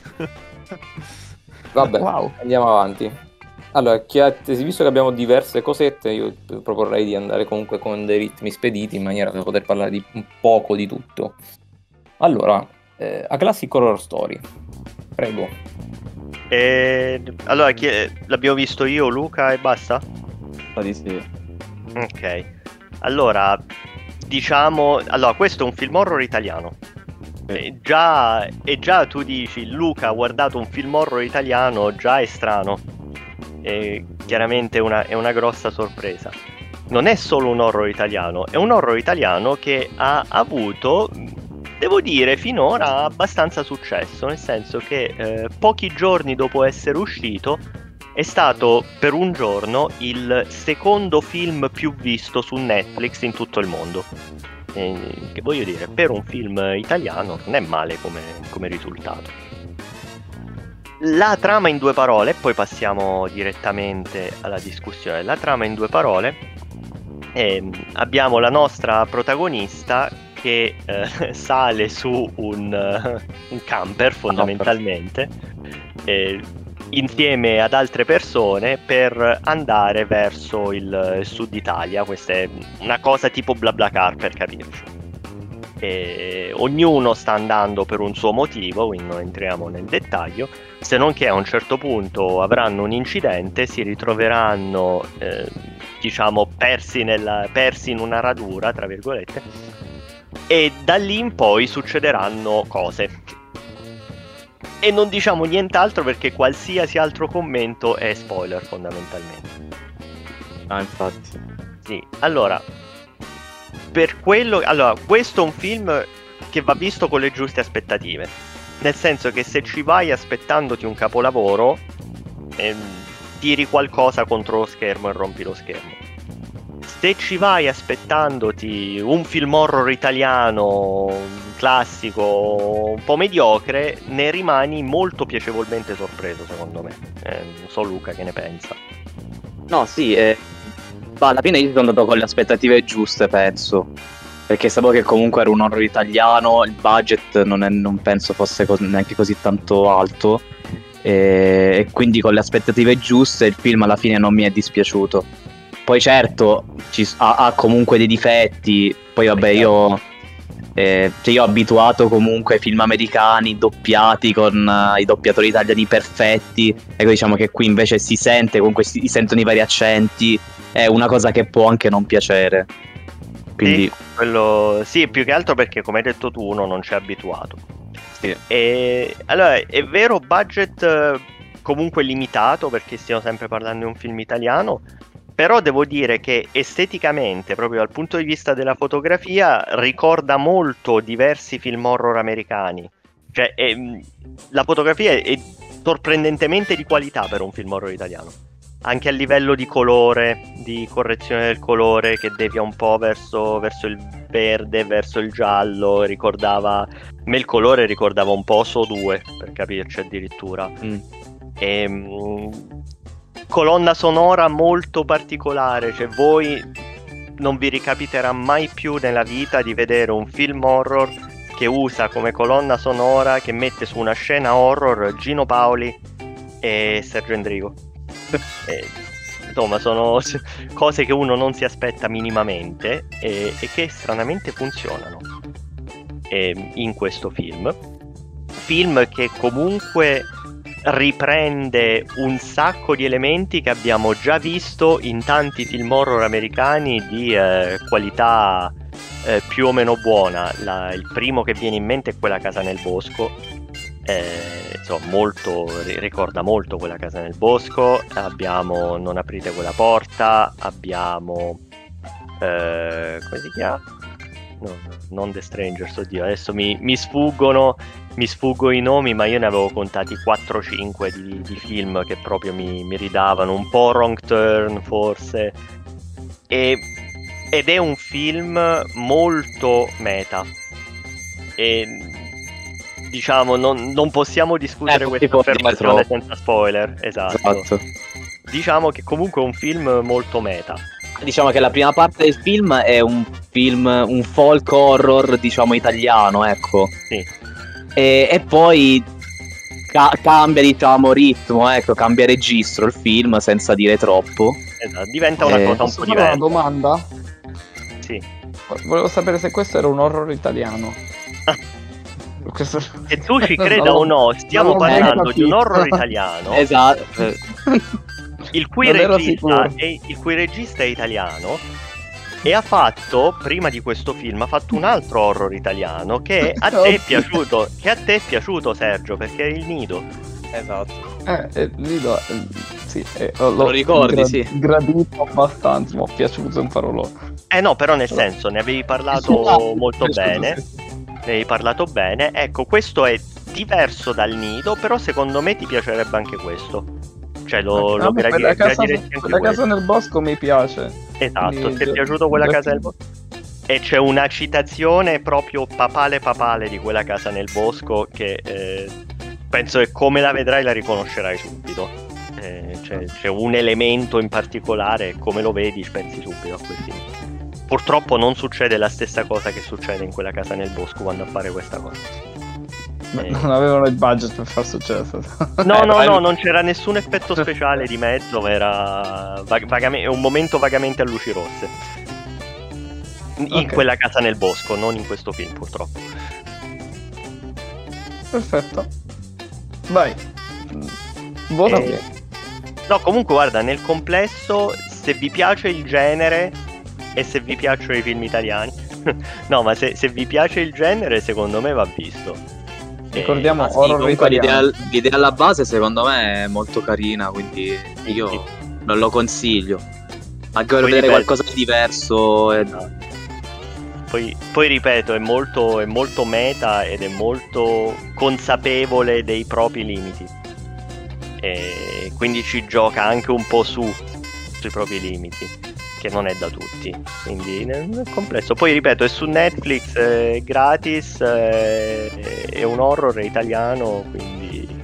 Vabbè, andiamo avanti. Allora, visto che abbiamo diverse cosette, io proporrei di andare comunque con dei ritmi spediti in maniera da poter parlare di un poco di tutto. Allora, A Classic Horror Story, prego.
Allora, l'abbiamo visto io, Luca e basta?
Sì.
Ok, allora diciamo, questo è un film horror italiano. E già tu dici, Luca ha guardato un film horror italiano, già è strano. E chiaramente è una grossa sorpresa. Non è solo un horror italiano, è un horror italiano che ha avuto, devo dire, finora abbastanza successo, nel senso che pochi giorni dopo essere uscito è stato per un giorno il secondo film più visto su Netflix in tutto il mondo. Che voglio dire, per un film italiano non è male come risultato. La trama in 2 parole, poi passiamo direttamente alla discussione. La trama in 2 parole, abbiamo la nostra protagonista che sale su un camper fondamentalmente, insieme ad altre persone per andare verso il sud Italia. Questa è una cosa tipo BlaBlaCar, per capirci. Ognuno sta andando per un suo motivo, quindi non entriamo nel dettaglio, se non che a un certo punto avranno un incidente, si ritroveranno diciamo persi in una radura, tra virgolette, e da lì in poi succederanno cose. E non diciamo nient'altro perché qualsiasi altro commento è spoiler fondamentalmente.
Infatti.
Sì, allora per quello... Allora, questo è un film che va visto con le giuste aspettative. Nel senso che se ci vai aspettandoti un capolavoro, tiri qualcosa contro lo schermo e rompi lo schermo. Se ci vai aspettandoti un film horror italiano classico, un po' mediocre, ne rimani molto piacevolmente sorpreso, secondo me. Non so Luca che ne pensa.
No, sì, alla fine io sono andato con le aspettative giuste, penso. Perché sapevo che comunque era un horror italiano, il budget non penso fosse neanche così tanto alto. E quindi con le aspettative giuste il film alla fine non mi è dispiaciuto. Poi certo ha comunque dei difetti. Poi vabbè, io ho abituato comunque ai film americani doppiati con i doppiatori italiani perfetti. Ecco, diciamo che qui invece si sente, comunque si sentono i vari accenti. È una cosa che può anche non piacere. Quindi
sì, più che altro perché come hai detto tu uno non ci è abituato.
Sì.
E allora è vero, budget comunque limitato, perché stiamo sempre parlando di un film italiano, però devo dire che esteticamente, proprio dal punto di vista della fotografia, ricorda molto diversi film horror americani. Cioè la fotografia è sorprendentemente di qualità per un film horror italiano, anche a livello di colore, di correzione del colore, che devia un po' verso il verde, verso il giallo. A me il colore ricordava un po' So 2, per capirci addirittura. Colonna sonora molto particolare, cioè voi non vi ricapiterà mai più nella vita di vedere un film horror che usa come colonna sonora, che mette su una scena horror Gino Paoli e Sergio Endrigo. Insomma, sono cose che uno non si aspetta minimamente e che stranamente funzionano in questo film che comunque riprende un sacco di elementi che abbiamo già visto in tanti film horror americani di qualità più o meno buona. Il primo che viene in mente è Quella casa nel bosco. Insomma, ricorda molto Quella casa nel bosco. Abbiamo Non aprite quella porta, abbiamo come si chiama? No, non The Strangers, oddio, adesso mi sfuggo i nomi, ma io ne avevo contati 4-5 di film che proprio mi ridavano un po' Wrong Turn forse, ed è un film molto meta e diciamo non possiamo discutere questa affermazione senza spoiler. Esatto. Diciamo che comunque è un film molto meta.
Diciamo che la prima parte del film è un folk horror, diciamo, italiano, ecco.
Sì.
E poi cambia, diciamo, ritmo, ecco, cambia registro il film senza dire troppo.
Esatto, diventa una cosa un po' diversa.
Una domanda?
Sì.
Volevo sapere se questo era un horror italiano.
Se tu ci creda o no, stiamo parlando di un horror italiano.
Esatto.
Il cui regista è italiano e ha fatto, prima di questo film, ha fatto un altro horror italiano che a te è piaciuto, Sergio, perché è Il Nido.
Esatto.
Il Nido, sì.
Lo ricordi, sì.
Gradito abbastanza, mi è piaciuto un parolone.
No, però nel senso, ne avevi parlato molto bene.
Sì.
Ne avevi parlato bene. Ecco, questo è diverso dal Nido, però secondo me ti piacerebbe anche questo. Cioè la
casa nel bosco mi piace.
Esatto, ti è piaciuto Quella casa nel bosco? E c'è una citazione proprio papale di Quella casa nel bosco che penso che come la vedrai la riconoscerai subito. C'è un elemento in particolare, come lo vedi pensi subito a quel film. Purtroppo non succede la stessa cosa che succede in Quella casa nel bosco quando appare questa cosa.
Non avevano il budget per far successo.
No, non c'era nessun effetto speciale di mezzo, ma era un momento vagamente a luci rosse. In Quella casa nel bosco, non in questo film, purtroppo.
Perfetto. Vai. Voto.
No, comunque guarda, nel complesso, se vi piace il genere e se vi piacciono i film italiani, no, ma se vi piace il genere, secondo me va visto.
Ricordiamo horror italiano.
L'idea alla base secondo me è molto carina, quindi io non lo consiglio. Anche per vedere qualcosa di diverso.
Poi ripeto, è molto meta ed è molto consapevole dei propri limiti. E quindi ci gioca anche un po' sui propri limiti, che non è da tutti. Quindi è complesso. Poi ripeto, è su Netflix, è gratis, è un horror italiano, quindi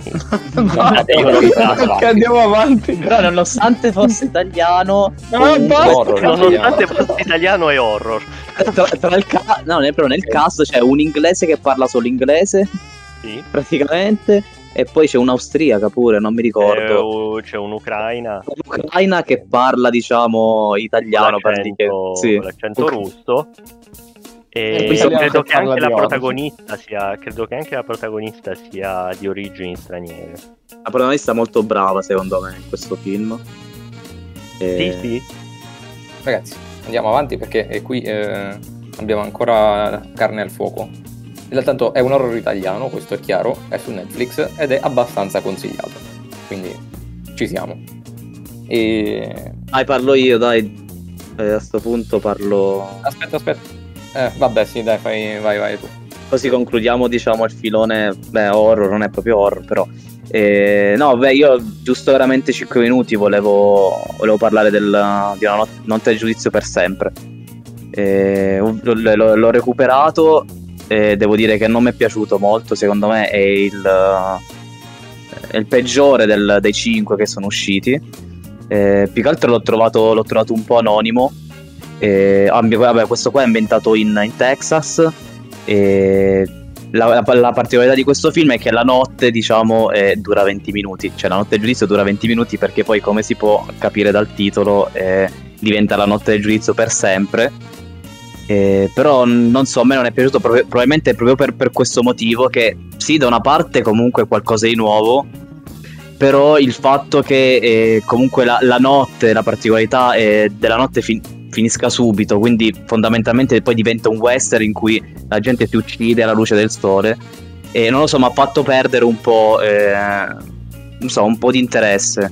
andiamo avanti.
Però nonostante fosse italiano,
nonostante fosse italiano è horror.
Nel cast c'è un inglese che parla solo inglese,
sì,
praticamente, e poi c'è un'austriaca pure, non mi ricordo.
C'è un'ucraina
che parla, diciamo, italiano,
con l'accento russo. E credo che anche la protagonista sia di origini straniere.
La protagonista è molto brava, secondo me, in questo film.
Sì.
Ragazzi, andiamo avanti perché qui abbiamo ancora carne al fuoco. Tanto è un horror italiano, questo è chiaro, è su Netflix ed è abbastanza consigliato. Quindi ci siamo.
Parlo io, dai. A sto punto parlo...
Aspetta. Vabbè, sì, dai, vai tu.
Così concludiamo, diciamo, il filone. Horror, non è proprio horror, però. Io giusto veramente 5 minuti volevo parlare di una notte del giudizio per sempre. L'ho recuperato e devo dire che non mi è piaciuto molto. Secondo me è il peggiore dei 5 che sono usciti. Più che altro l'ho trovato un po' anonimo. Questo qua è ambientato in Texas. La particolarità di questo film è che la notte, diciamo, dura 20 minuti. Cioè la notte del giudizio dura 20 minuti perché poi, come si può capire dal titolo, diventa la notte del giudizio per sempre. Però non so, a me non è piaciuto probabilmente proprio per questo motivo, che sì, da una parte comunque qualcosa di nuovo, però il fatto che comunque la notte, la particolarità della notte finisca subito, quindi fondamentalmente poi diventa un western in cui la gente si uccide alla luce del sole, e non lo so, mi ha fatto perdere un po' un po' di interesse,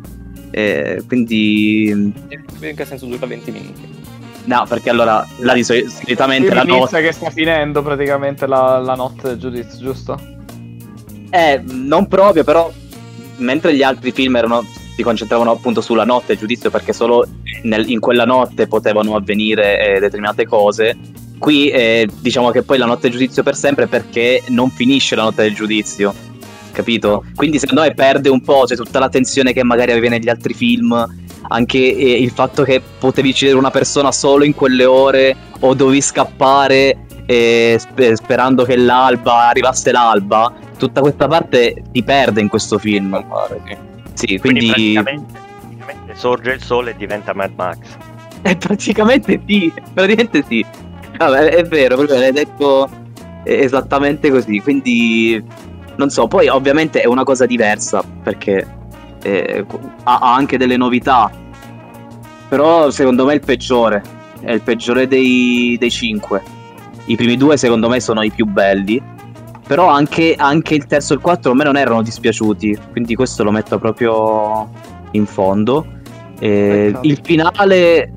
quindi
in che senso dura 20 minuti?
No, perché allora solitamente la notte
che sta finendo praticamente la notte del giudizio, giusto?
Non proprio, però mentre gli altri film si concentravano appunto sulla notte del giudizio perché solo in quella notte potevano avvenire determinate cose, qui diciamo che poi la notte del giudizio per sempre perché non finisce la notte del giudizio, capito? Quindi secondo me perde un po', cioè, tutta la tensione che magari aveva negli altri film, anche il fatto che potevi uccidere una persona solo in quelle ore o dovevi scappare sperando che arrivasse l'alba. Tutta questa parte si perde in questo film. Sì, quindi
praticamente sorge il sole e diventa Mad Max.
Praticamente sì. Vabbè, è vero, proprio l'hai detto esattamente così. Quindi non so, poi ovviamente è una cosa diversa perché ha anche delle novità. Però secondo me è il peggiore dei 5. I primi 2 secondo me sono i più belli. Però anche il terzo e il 4 a me non erano dispiaciuti, quindi questo lo metto proprio in fondo. Il finale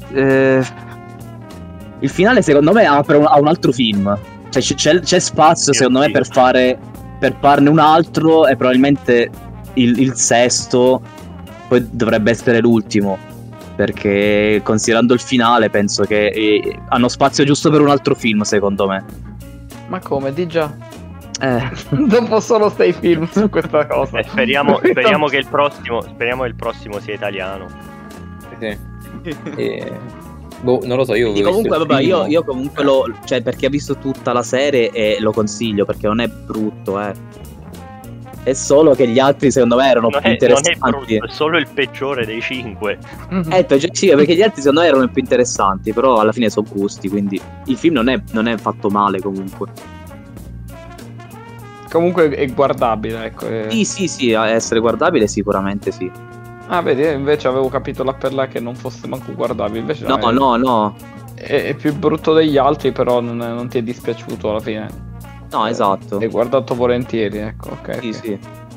secondo me ha un altro film, cioè c'è spazio secondo me per farne un altro, e probabilmente il sesto poi dovrebbe essere l'ultimo, perché considerando il finale penso che hanno spazio giusto per un altro film, secondo me.
Ma come, di già? Dopo solo 6 film su questa cosa.
Speriamo che il prossimo sia italiano.
Sì. Non lo so, io
comunque vabbè, io comunque cioè, perché ho visto tutta la serie e lo consiglio perché non è brutto, È solo che gli altri secondo me erano più interessanti.
Non è brutto, è solo il peggiore dei 5.
Sì, perché gli altri secondo me erano più interessanti, però alla fine sono gusti, quindi il film non è fatto male comunque.
Comunque è guardabile, ecco.
Sì, a essere guardabile sicuramente sì.
Ah, vedi, invece avevo capito là per là che non fosse manco guardabile. Invece
no.
È più brutto degli altri, però non ti è dispiaciuto alla fine.
No, esatto.
Hai guardato volentieri, ecco, ok.
Sì.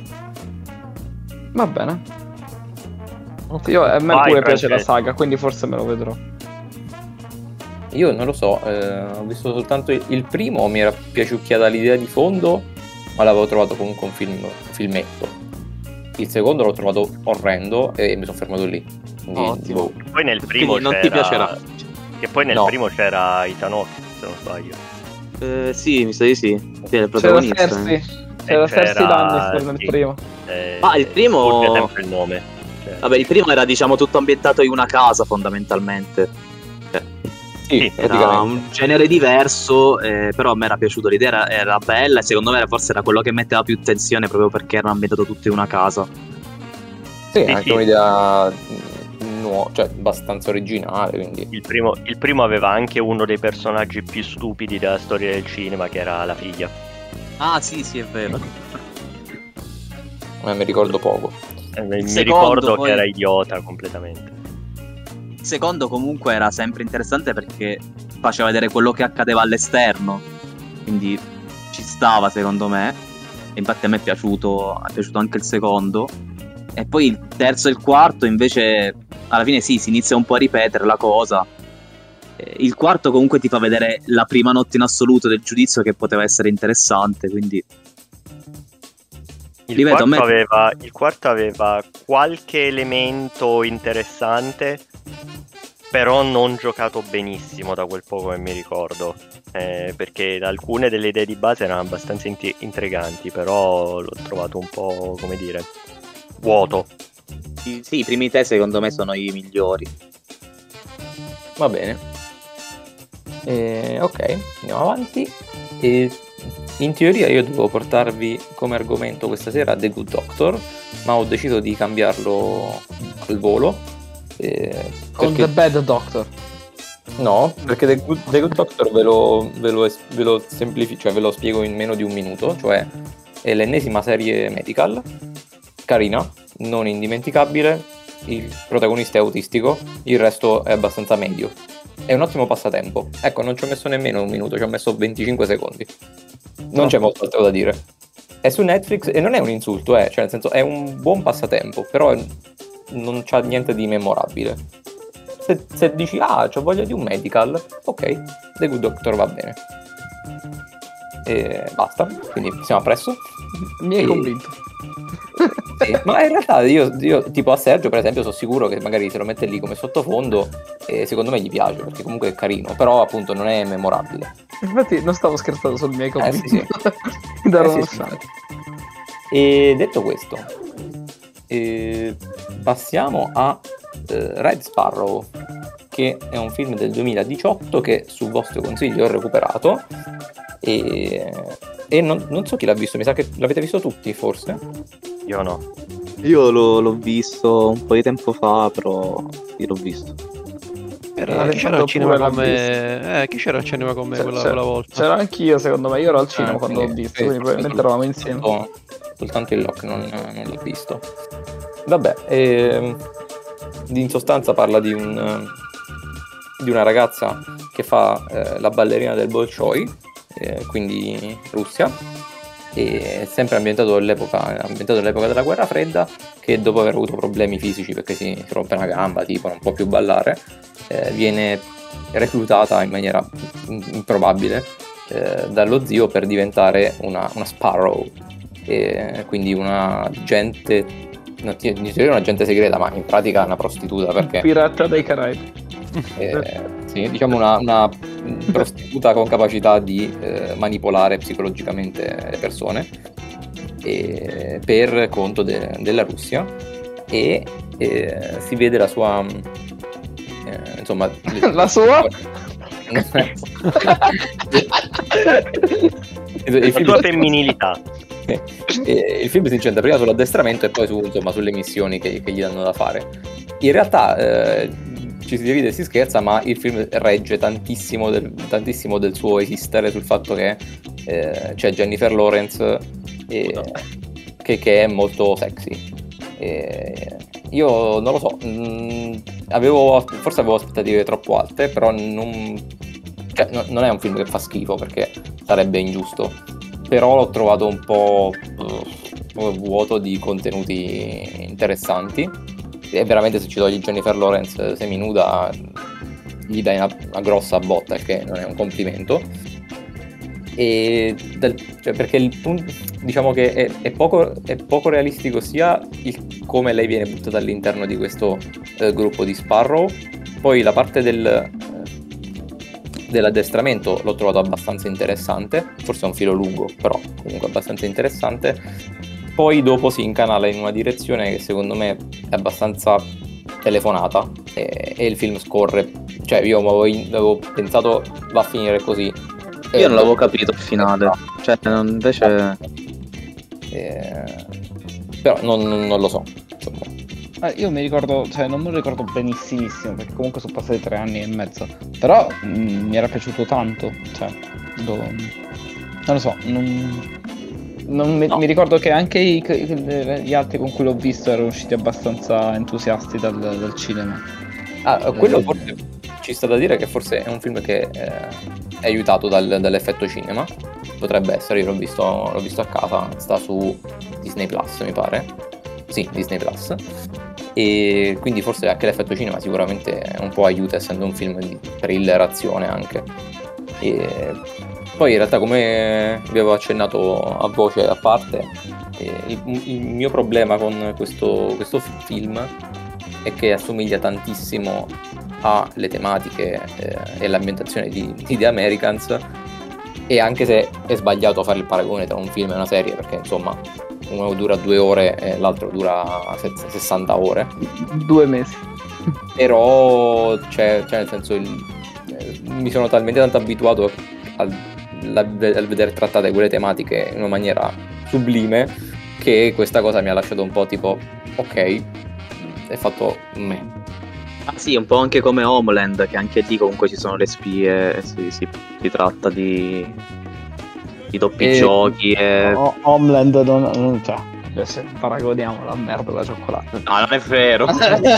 Va bene. Okay. A me pure piace la saga, quindi forse me lo vedrò.
Io non lo so, ho visto soltanto il primo, mi era piaciucchiata l'idea di fondo, ma l'avevo trovato comunque un filmetto. Il secondo l'ho trovato orrendo e mi sono fermato lì.
Ottimo.
Poi nel primo
Quindi non ti piacerà.
Che poi nel primo c'era Ethan Hawke, se non sbaglio.
Sì, mi sa di sì. Sì, è il
C'era
protagonista.
Cersei Lannister nel
sì.
primo.
Il primo...
È sempre il nome.
Vabbè, il primo era diciamo tutto ambientato in una casa fondamentalmente.
Sì,
era un genere diverso, però a me era piaciuto, l'idea era bella e secondo me forse era quello che metteva più tensione proprio perché erano ambientato tutto in una casa.
Sì, anche un'idea cioè abbastanza originale, quindi.
Il primo aveva anche uno dei personaggi più stupidi della storia del cinema, che era la figlia.
Ah sì, è vero.
Mi ricordo poco.
Mi ricordo che era idiota completamente.
Il secondo comunque era sempre interessante perché faceva vedere quello che accadeva all'esterno, quindi ci stava secondo me, e infatti a me è piaciuto anche il secondo. E poi il terzo e il quarto invece alla fine sì, si inizia un po' a ripetere la cosa. Il quarto comunque ti fa vedere la prima notte in assoluto del giudizio, che poteva essere interessante, quindi
il quarto aveva qualche elemento interessante, però non giocato benissimo da quel poco che mi ricordo, perché alcune delle idee di base erano abbastanza intriganti, però l'ho trovato un po', come dire, vuoto.
Sì, i primi tre secondo me sono i migliori.
Va bene. Ok, andiamo avanti. In teoria io dovevo portarvi come argomento questa sera The Good Doctor, ma ho deciso di cambiarlo al volo.
Con The Bad Doctor.
No, perché The Good Doctor ve lo semplifico, cioè ve lo spiego in meno di un minuto. Cioè è l'ennesima serie medical, carina, non indimenticabile, il protagonista è autistico, il resto è abbastanza medio. È un ottimo passatempo. Ecco, non ci ho messo nemmeno un minuto, ci ho messo 25 secondi. Non c'è molto altro da dire. È su Netflix e non è un insulto, cioè nel senso è un buon passatempo, però non c'ha niente di memorabile. Se dici c'ho voglia di un medical, ok, The Good Doctor va bene. E basta, quindi siamo appresso.
Mi hai convinto.
Sì, ma in realtà io tipo a Sergio per esempio sono sicuro che magari se lo mette lì come sottofondo secondo me gli piace, perché comunque è carino, però appunto non è memorabile.
Infatti non stavo scherzando sul miei convinto.
Sì. Sì. E detto questo, passiamo a Red Sparrow, che è un film del 2018 che su vostro consiglio ho recuperato e non so chi l'ha visto, mi sa che l'avete visto tutti forse?
Io no.
Io l'ho visto un po' di tempo fa, però io l'ho visto.
Chi c'era al cinema con me? Chi c'era al cinema con me quella volta?
C'era anch'io, secondo me. Io ero al cinema quando l'ho visto, quindi probabilmente eravamo insieme.
Soltanto il Lock non l'ho visto. Vabbè, in sostanza parla di una ragazza che fa la ballerina del Bolshoi, quindi Russia, e sempre ambientato nell'epoca della guerra fredda, che dopo aver avuto problemi fisici perché si rompe una gamba, tipo non può più ballare, viene reclutata in maniera improbabile dallo zio per diventare una Sparrow, quindi un agente segreta, ma in pratica una prostituta, perché
pirata dei Caraibi.
sì, diciamo una prostituta con capacità di manipolare psicologicamente le persone per conto della Russia, e si vede la sua insomma
la sua
la sua femminilità.
Il film si incentra prima sull'addestramento e poi sulle missioni che gli danno da fare. In realtà ci si divide e si scherza, ma il film regge tantissimo del suo esistere sul fatto che c'è Jennifer Lawrence che è molto sexy. Io non lo so, forse avevo aspettative troppo alte, però non è un film che fa schifo, perché sarebbe ingiusto, però l'ho trovato un po' vuoto di contenuti interessanti. E veramente, se ci togli Jennifer Lawrence seminuda, gli dai una grossa botta, che non è un complimento. Cioè, perché il punto, diciamo che è poco realistico sia il come lei viene buttata all'interno di questo gruppo di Sparrow. Poi la parte dell'addestramento l'ho trovato abbastanza interessante, forse è un filo lungo, però comunque abbastanza interessante. Poi dopo si incanala in una direzione che secondo me è abbastanza telefonata e il film scorre, cioè io avevo pensato va a finire così.
Io non l'avevo capito il finale, cioè invece
però non lo so, insomma.
Io mi ricordo, cioè non me lo ricordo benissimissimo, perché comunque sono passati 3 anni e mezzo, però mi era piaciuto tanto, cioè non lo so, mi ricordo che anche gli altri con cui l'ho visto erano usciti abbastanza entusiasti dal cinema.
Quello forse ci sta da dire che forse è un film che è aiutato dall'effetto cinema, potrebbe essere. Io l'ho visto a casa, sta su Disney Plus, mi pare. Sì, Disney Plus. E quindi forse anche l'effetto cinema sicuramente un po' aiuta, essendo un film di thriller, azione anche. E poi in realtà, come vi avevo accennato a voce a parte, il mio problema con questo film è che assomiglia tantissimo alle tematiche e l'ambientazione di The Americans, e anche se è sbagliato fare il paragone tra un film e una serie, perché insomma uno dura 2 ore e l'altro dura 60 ore,
2 mesi.
però cioè nel senso mi sono talmente tanto abituato al vedere trattate quelle tematiche in una maniera sublime, che questa cosa mi ha lasciato un po' tipo ok, è fatto me.
Sì, un po' anche come Homeland, che anche lì comunque ci sono le spie, si tratta di doppi giochi e...
Homeland non cioè, se paragoniamo la merda alla cioccolata.
No, non è vero.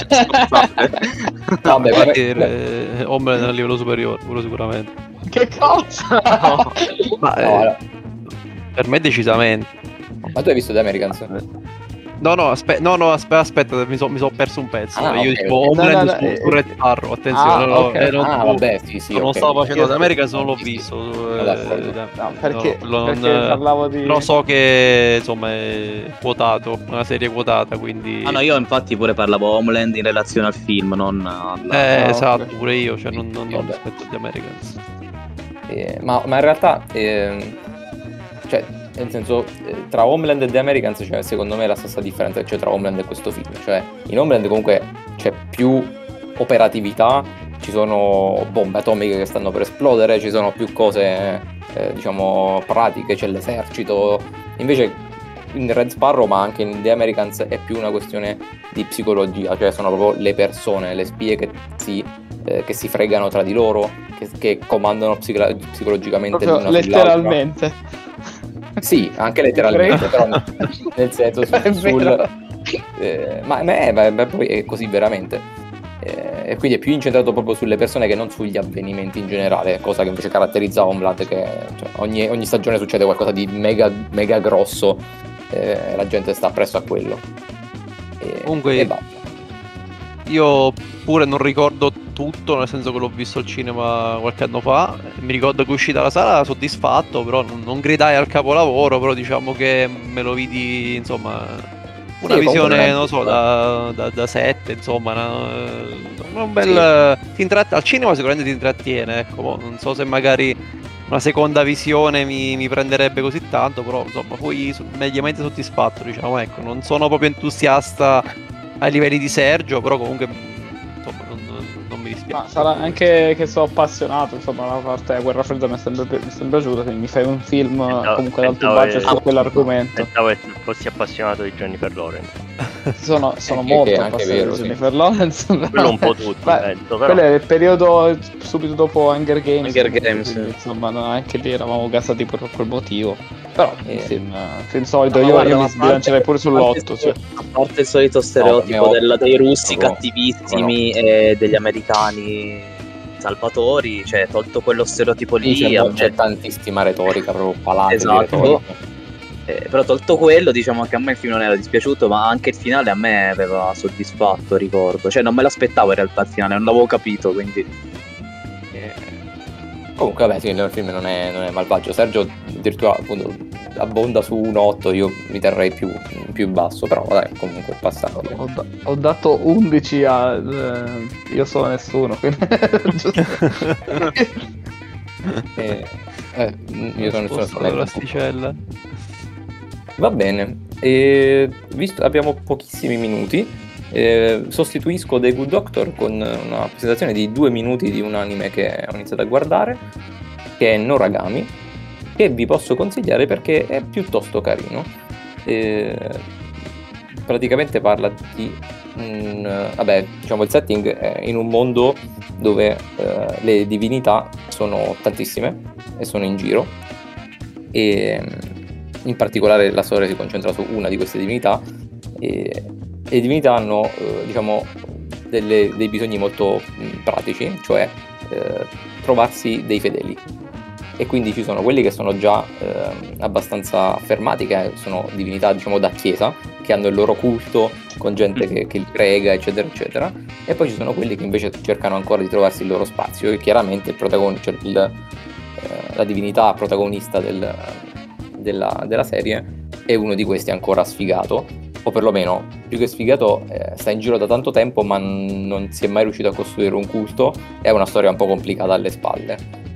Vabbè, Homeland a livello superiore, quello sicuramente.
Che cosa?
No. Ma, per me decisamente.
Ma tu hai visto The Americans?
No, aspetta, mi so perso un pezzo. Io
okay,
tipo Homeland su Red Sparrow, attenzione.
Vabbè, sì,
non stavo facendo The Americans, non l'ho visto.
Perché parlavo di...
Però so che insomma è quotato, una serie quotata, quindi...
no, io infatti pure parlavo Homeland in relazione al film, non
esatto, okay. Pure io, cioè non rispetto agli Americans.
Ma in realtà, cioè, nel senso, tra Homeland e The Americans c'è secondo me la stessa differenza che c'è tra Homeland e questo film. Cioè, in Homeland comunque c'è più operatività, ci sono bombe atomiche che stanno per esplodere, ci sono più cose, diciamo, pratiche, c'è l'esercito. Invece in Red Sparrow, ma anche in The Americans, è più una questione di psicologia, cioè sono proprio le persone, le spie che si fregano tra di loro, che comandano psicologicamente l'una
letteralmente.
Sì, anche letteralmente, però nel senso ma poi è così veramente, e quindi è più incentrato proprio sulle persone che non sugli avvenimenti in generale, cosa che invece caratterizza Homeland, che cioè, ogni stagione succede qualcosa di mega mega grosso, la gente sta appresso a quello.
Comunque io pure non ricordo tutto, nel senso che l'ho visto al cinema qualche anno fa, mi ricordo che uscì dalla sala soddisfatto, però non gridai al capolavoro, però diciamo che me lo vidi, insomma, una visione, non so, da 7, insomma, un bel... Sì. Al cinema sicuramente ti intrattiene, ecco, non so se magari una seconda visione mi prenderebbe così tanto, però insomma poi mediamente soddisfatto, diciamo, ecco, non sono proprio entusiasta ai livelli di Sergio, però comunque insomma non mi dispiace.
Ma sarà anche che sono appassionato, insomma, la parte della guerra fredda mi è sempre piaciuta, quindi mi fai un film comunque ad alto budget su quell'argomento.
Pensavo che fossi appassionato di Jennifer Lawrence.
sono molto appassionato di Jennifer Lawrence.
Quello un po' tutti, penso, però.
Quello è il periodo subito dopo Hunger Games.
Quindi,
insomma, anche lì eravamo gasati per quel motivo. Però film solito, io mi sbilancerei pure sull'8. Cioè.
A parte il solito stereotipo dei russi cattivissimi e degli americani salvatori, cioè tolto quello stereotipo lì,
c'è tantissima retorica proprio palata.
Esatto. Però tolto quello, diciamo che a me il film non era dispiaciuto, ma anche il finale a me aveva soddisfatto, ricordo. Cioè non me l'aspettavo in realtà il finale, non l'avevo capito, quindi
Comunque vabbè, sì, il film non è malvagio. Sergio addirittura appunto abbonda su un 8, io mi terrei più basso, però dai, comunque è passabile.
Ho dato 11 a Io sono nessuno, quindi
io sono nessuno
l'asticella.
Va bene, visto abbiamo pochissimi minuti, sostituisco The Good Doctor con una presentazione di 2 minuti di un anime che ho iniziato a guardare, che è Noragami, che vi posso consigliare perché è piuttosto carino. Praticamente parla di diciamo il setting è in un mondo dove le divinità sono tantissime e sono in giro, e in particolare la storia si concentra su una di queste divinità, e le divinità hanno diciamo dei bisogni molto pratici, cioè trovarsi dei fedeli, e quindi ci sono quelli che sono già abbastanza affermati, che sono divinità diciamo da chiesa, che hanno il loro culto con gente che li prega, eccetera eccetera, e poi ci sono quelli che invece cercano ancora di trovarsi il loro spazio, e chiaramente il protagonista, cioè la divinità protagonista della serie è uno di questi ancora sfigato, o perlomeno più che sfigato sta in giro da tanto tempo ma non si è mai riuscito a costruire un culto, è una storia un po' complicata alle spalle.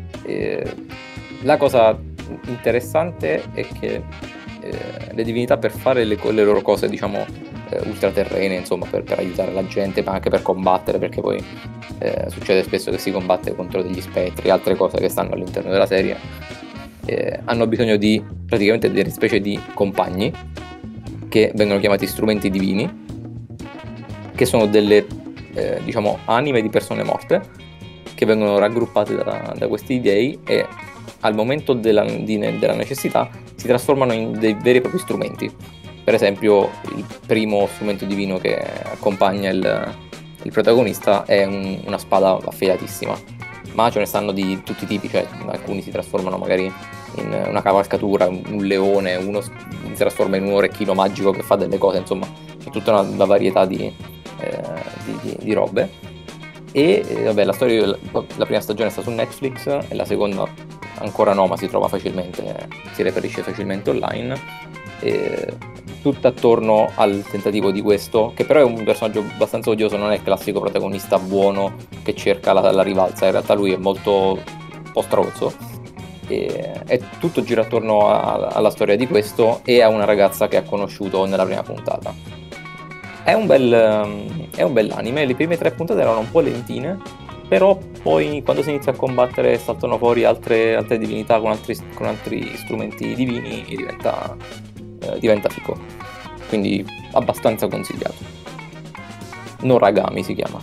La cosa interessante è che le divinità, per fare le loro cose diciamo ultraterrene, insomma per aiutare la gente, ma anche per combattere, perché poi succede spesso che si combatte contro degli spettri e altre cose che stanno all'interno della serie, hanno bisogno di praticamente delle specie di compagni che vengono chiamati strumenti divini, che sono delle diciamo anime di persone morte che vengono raggruppate da questi dei, e al momento della necessità si trasformano in dei veri e propri strumenti. Per esempio il primo strumento divino che accompagna il protagonista è una spada affilatissima, ma ce ne stanno di tutti i tipi, cioè alcuni si trasformano magari in una cavalcatura, un leone, uno si trasforma in un orecchino magico che fa delle cose, insomma c'è tutta una varietà di robe. E vabbè, la storia, la prima stagione sta su Netflix e la seconda ancora no, ma si trova facilmente, si reperisce facilmente online, tutto attorno al tentativo di questo, che però è un personaggio abbastanza odioso, non è il classico protagonista buono che cerca la rivalsa, in realtà lui è molto un po' stronzo, e tutto gira attorno alla storia di questo e a una ragazza che ha conosciuto nella prima puntata. È un bell'anime, le prime 3 puntate erano un po' lentine, però poi quando si inizia a combattere saltano fuori altre divinità con altri strumenti divini e diventa figo, quindi abbastanza consigliato. Noragami si chiama.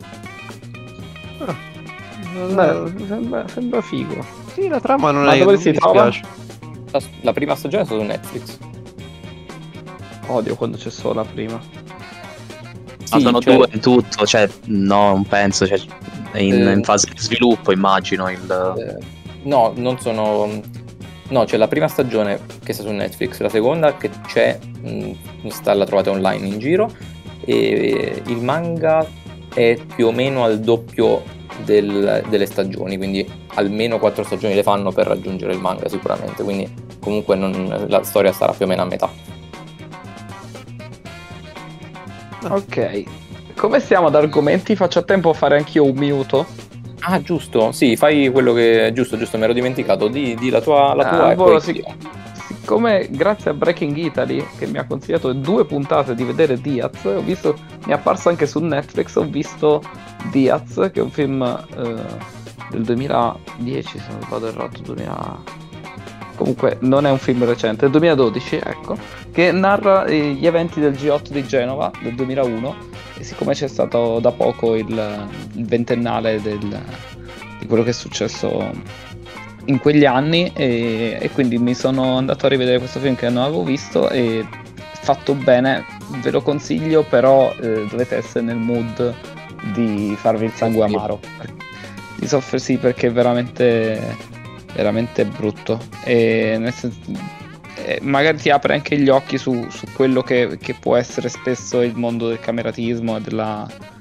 Sembra figo.
Sì, la trama non
Ma
è
dove
non
si
mi
trova?
dispiace.
La prima stagione è su Netflix.
Odio quando c'è solo la prima.
Ma sono 2 in tutto, cioè no, non penso, cioè, è in fase di sviluppo immagino
no, non sono. No, c'è la prima stagione che sta su Netflix, la seconda che c'è, la trovate online in giro, e il manga è più o meno al doppio delle stagioni, quindi almeno 4 stagioni le fanno per raggiungere il manga sicuramente, quindi comunque la storia sarà più o meno a metà.
Ok, come stiamo ad argomenti? Faccio a tempo a fare anch'io un minuto?
Ah, giusto, sì, fai quello che giusto, mi ero dimenticato, di la tua
allora, siccome grazie a Breaking Italy che mi ha consigliato 2 puntate di vedere Diaz, ho visto, mi è apparso anche su Netflix, ho visto Diaz, che è un film del 2010, se non vado errato, 2000. Comunque non è un film recente, del 2012, ecco, che narra gli eventi del G8 di Genova del 2001, e siccome c'è stato da poco il ventennale di quello che è successo in quegli anni, e quindi mi sono andato a rivedere questo film che non avevo visto, e fatto bene, ve lo consiglio, però dovete essere nel mood di farvi il sangue amaro, di soffrirsi, perché è veramente brutto, e nel senso, magari ti apre anche gli occhi su quello che può essere spesso il mondo del cameratismo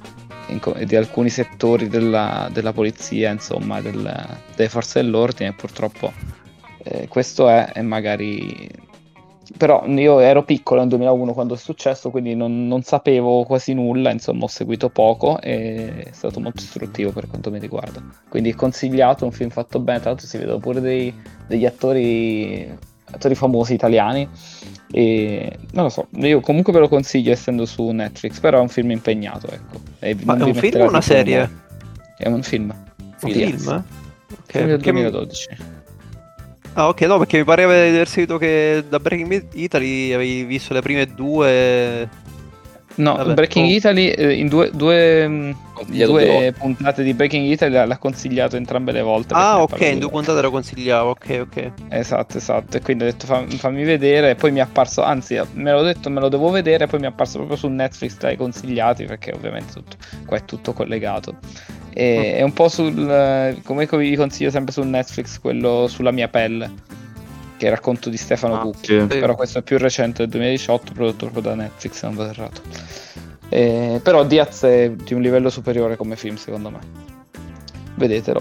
di alcuni settori della polizia, insomma, delle forze dell'ordine. Purtroppo questo è, e magari... Però io ero piccolo nel 2001 quando è successo, quindi non sapevo quasi nulla, insomma ho seguito poco e è stato molto istruttivo per quanto mi riguarda. Quindi è consigliato, un film fatto bene, tra l'altro si vedono pure degli attori famosi italiani e non lo so, io comunque ve lo consiglio essendo su Netflix, però è un film impegnato, ecco.
Ma è un film o una serie?
È un film.
Film?
Film del 2012.
Ah, ok, no, perché mi pareva di aver sentito che da Breaking Italy avevi visto le prime 2.
No, vabbè, Breaking Italy in due puntate di Breaking Italy l'ha consigliato entrambe le volte.
Ah, ok, in 2 puntate lo consigliavo, ok.
Esatto, e quindi ho detto fammi vedere, e poi mi è apparso, anzi me l'ho detto me lo devo vedere, poi mi è apparso proprio su Netflix tra i consigliati, perché ovviamente qua è tutto collegato. È un po' come vi consiglio sempre su Netflix, quello Sulla mia pelle, che è il racconto di Stefano Cucchi, sì. Però questo è più recente, del 2018, prodotto proprio da Netflix, se non vado errato. Però Diaz è di un livello superiore come film, secondo me. Vedetelo.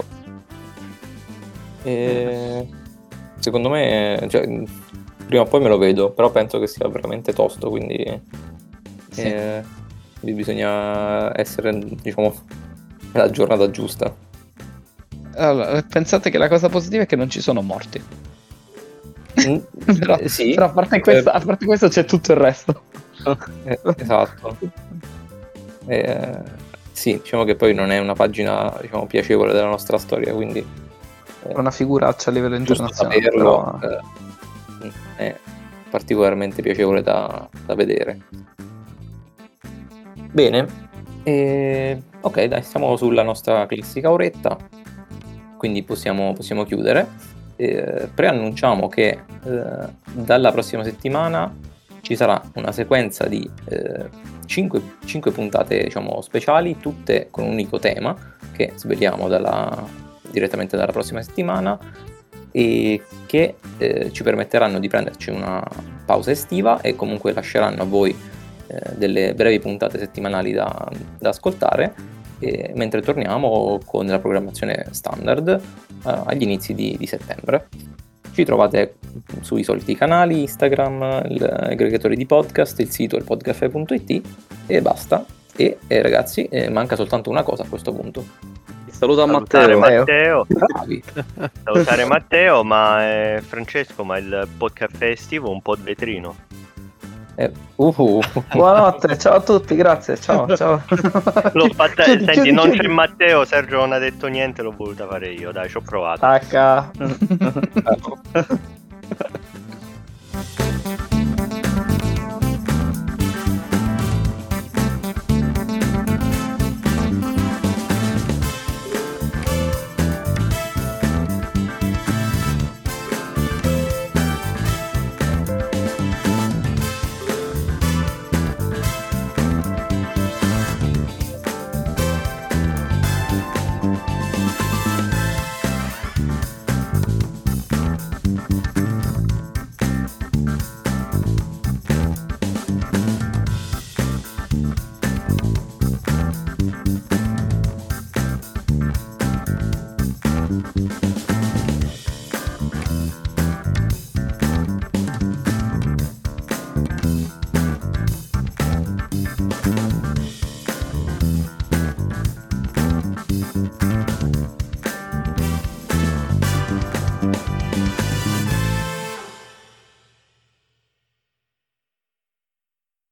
Secondo me, cioè, prima o poi me lo vedo, però penso che sia veramente tosto, quindi sì. Bisogna essere, diciamo, la giornata giusta.
Allora, pensate che la cosa positiva è che non ci sono morti. però,
sì,
però a parte questo c'è tutto il resto.
Esatto. Sì, diciamo che poi non è una pagina, diciamo, piacevole della nostra storia, quindi
è una figuraccia a livello internazionale,
saperlo, però è particolarmente piacevole da vedere. Bene. Ok, dai, siamo sulla nostra classica oretta, quindi possiamo chiudere. Preannunciamo che dalla prossima settimana ci sarà una sequenza di 5 puntate, diciamo, speciali, tutte con un unico tema, che sveliamo direttamente dalla prossima settimana, e che ci permetteranno di prenderci una pausa estiva e comunque lasceranno a voi delle brevi puntate settimanali da ascoltare, mentre torniamo con la programmazione standard agli inizi di settembre. Ci trovate sui soliti canali, Instagram, gli aggregatori di podcast, il sito ilpodcaffè.it e basta. E ragazzi, manca soltanto una cosa a questo punto.
Saluta Matteo.
Bravi. Salutare Matteo, ma Francesco, ma il podcaffè estivo è un po' vetrino.
Buonanotte, ciao a tutti, grazie, ciao.
Senti, non c'è Matteo, Sergio non ha detto niente, l'ho voluta fare io, dai, ci ho provato.
Tacca.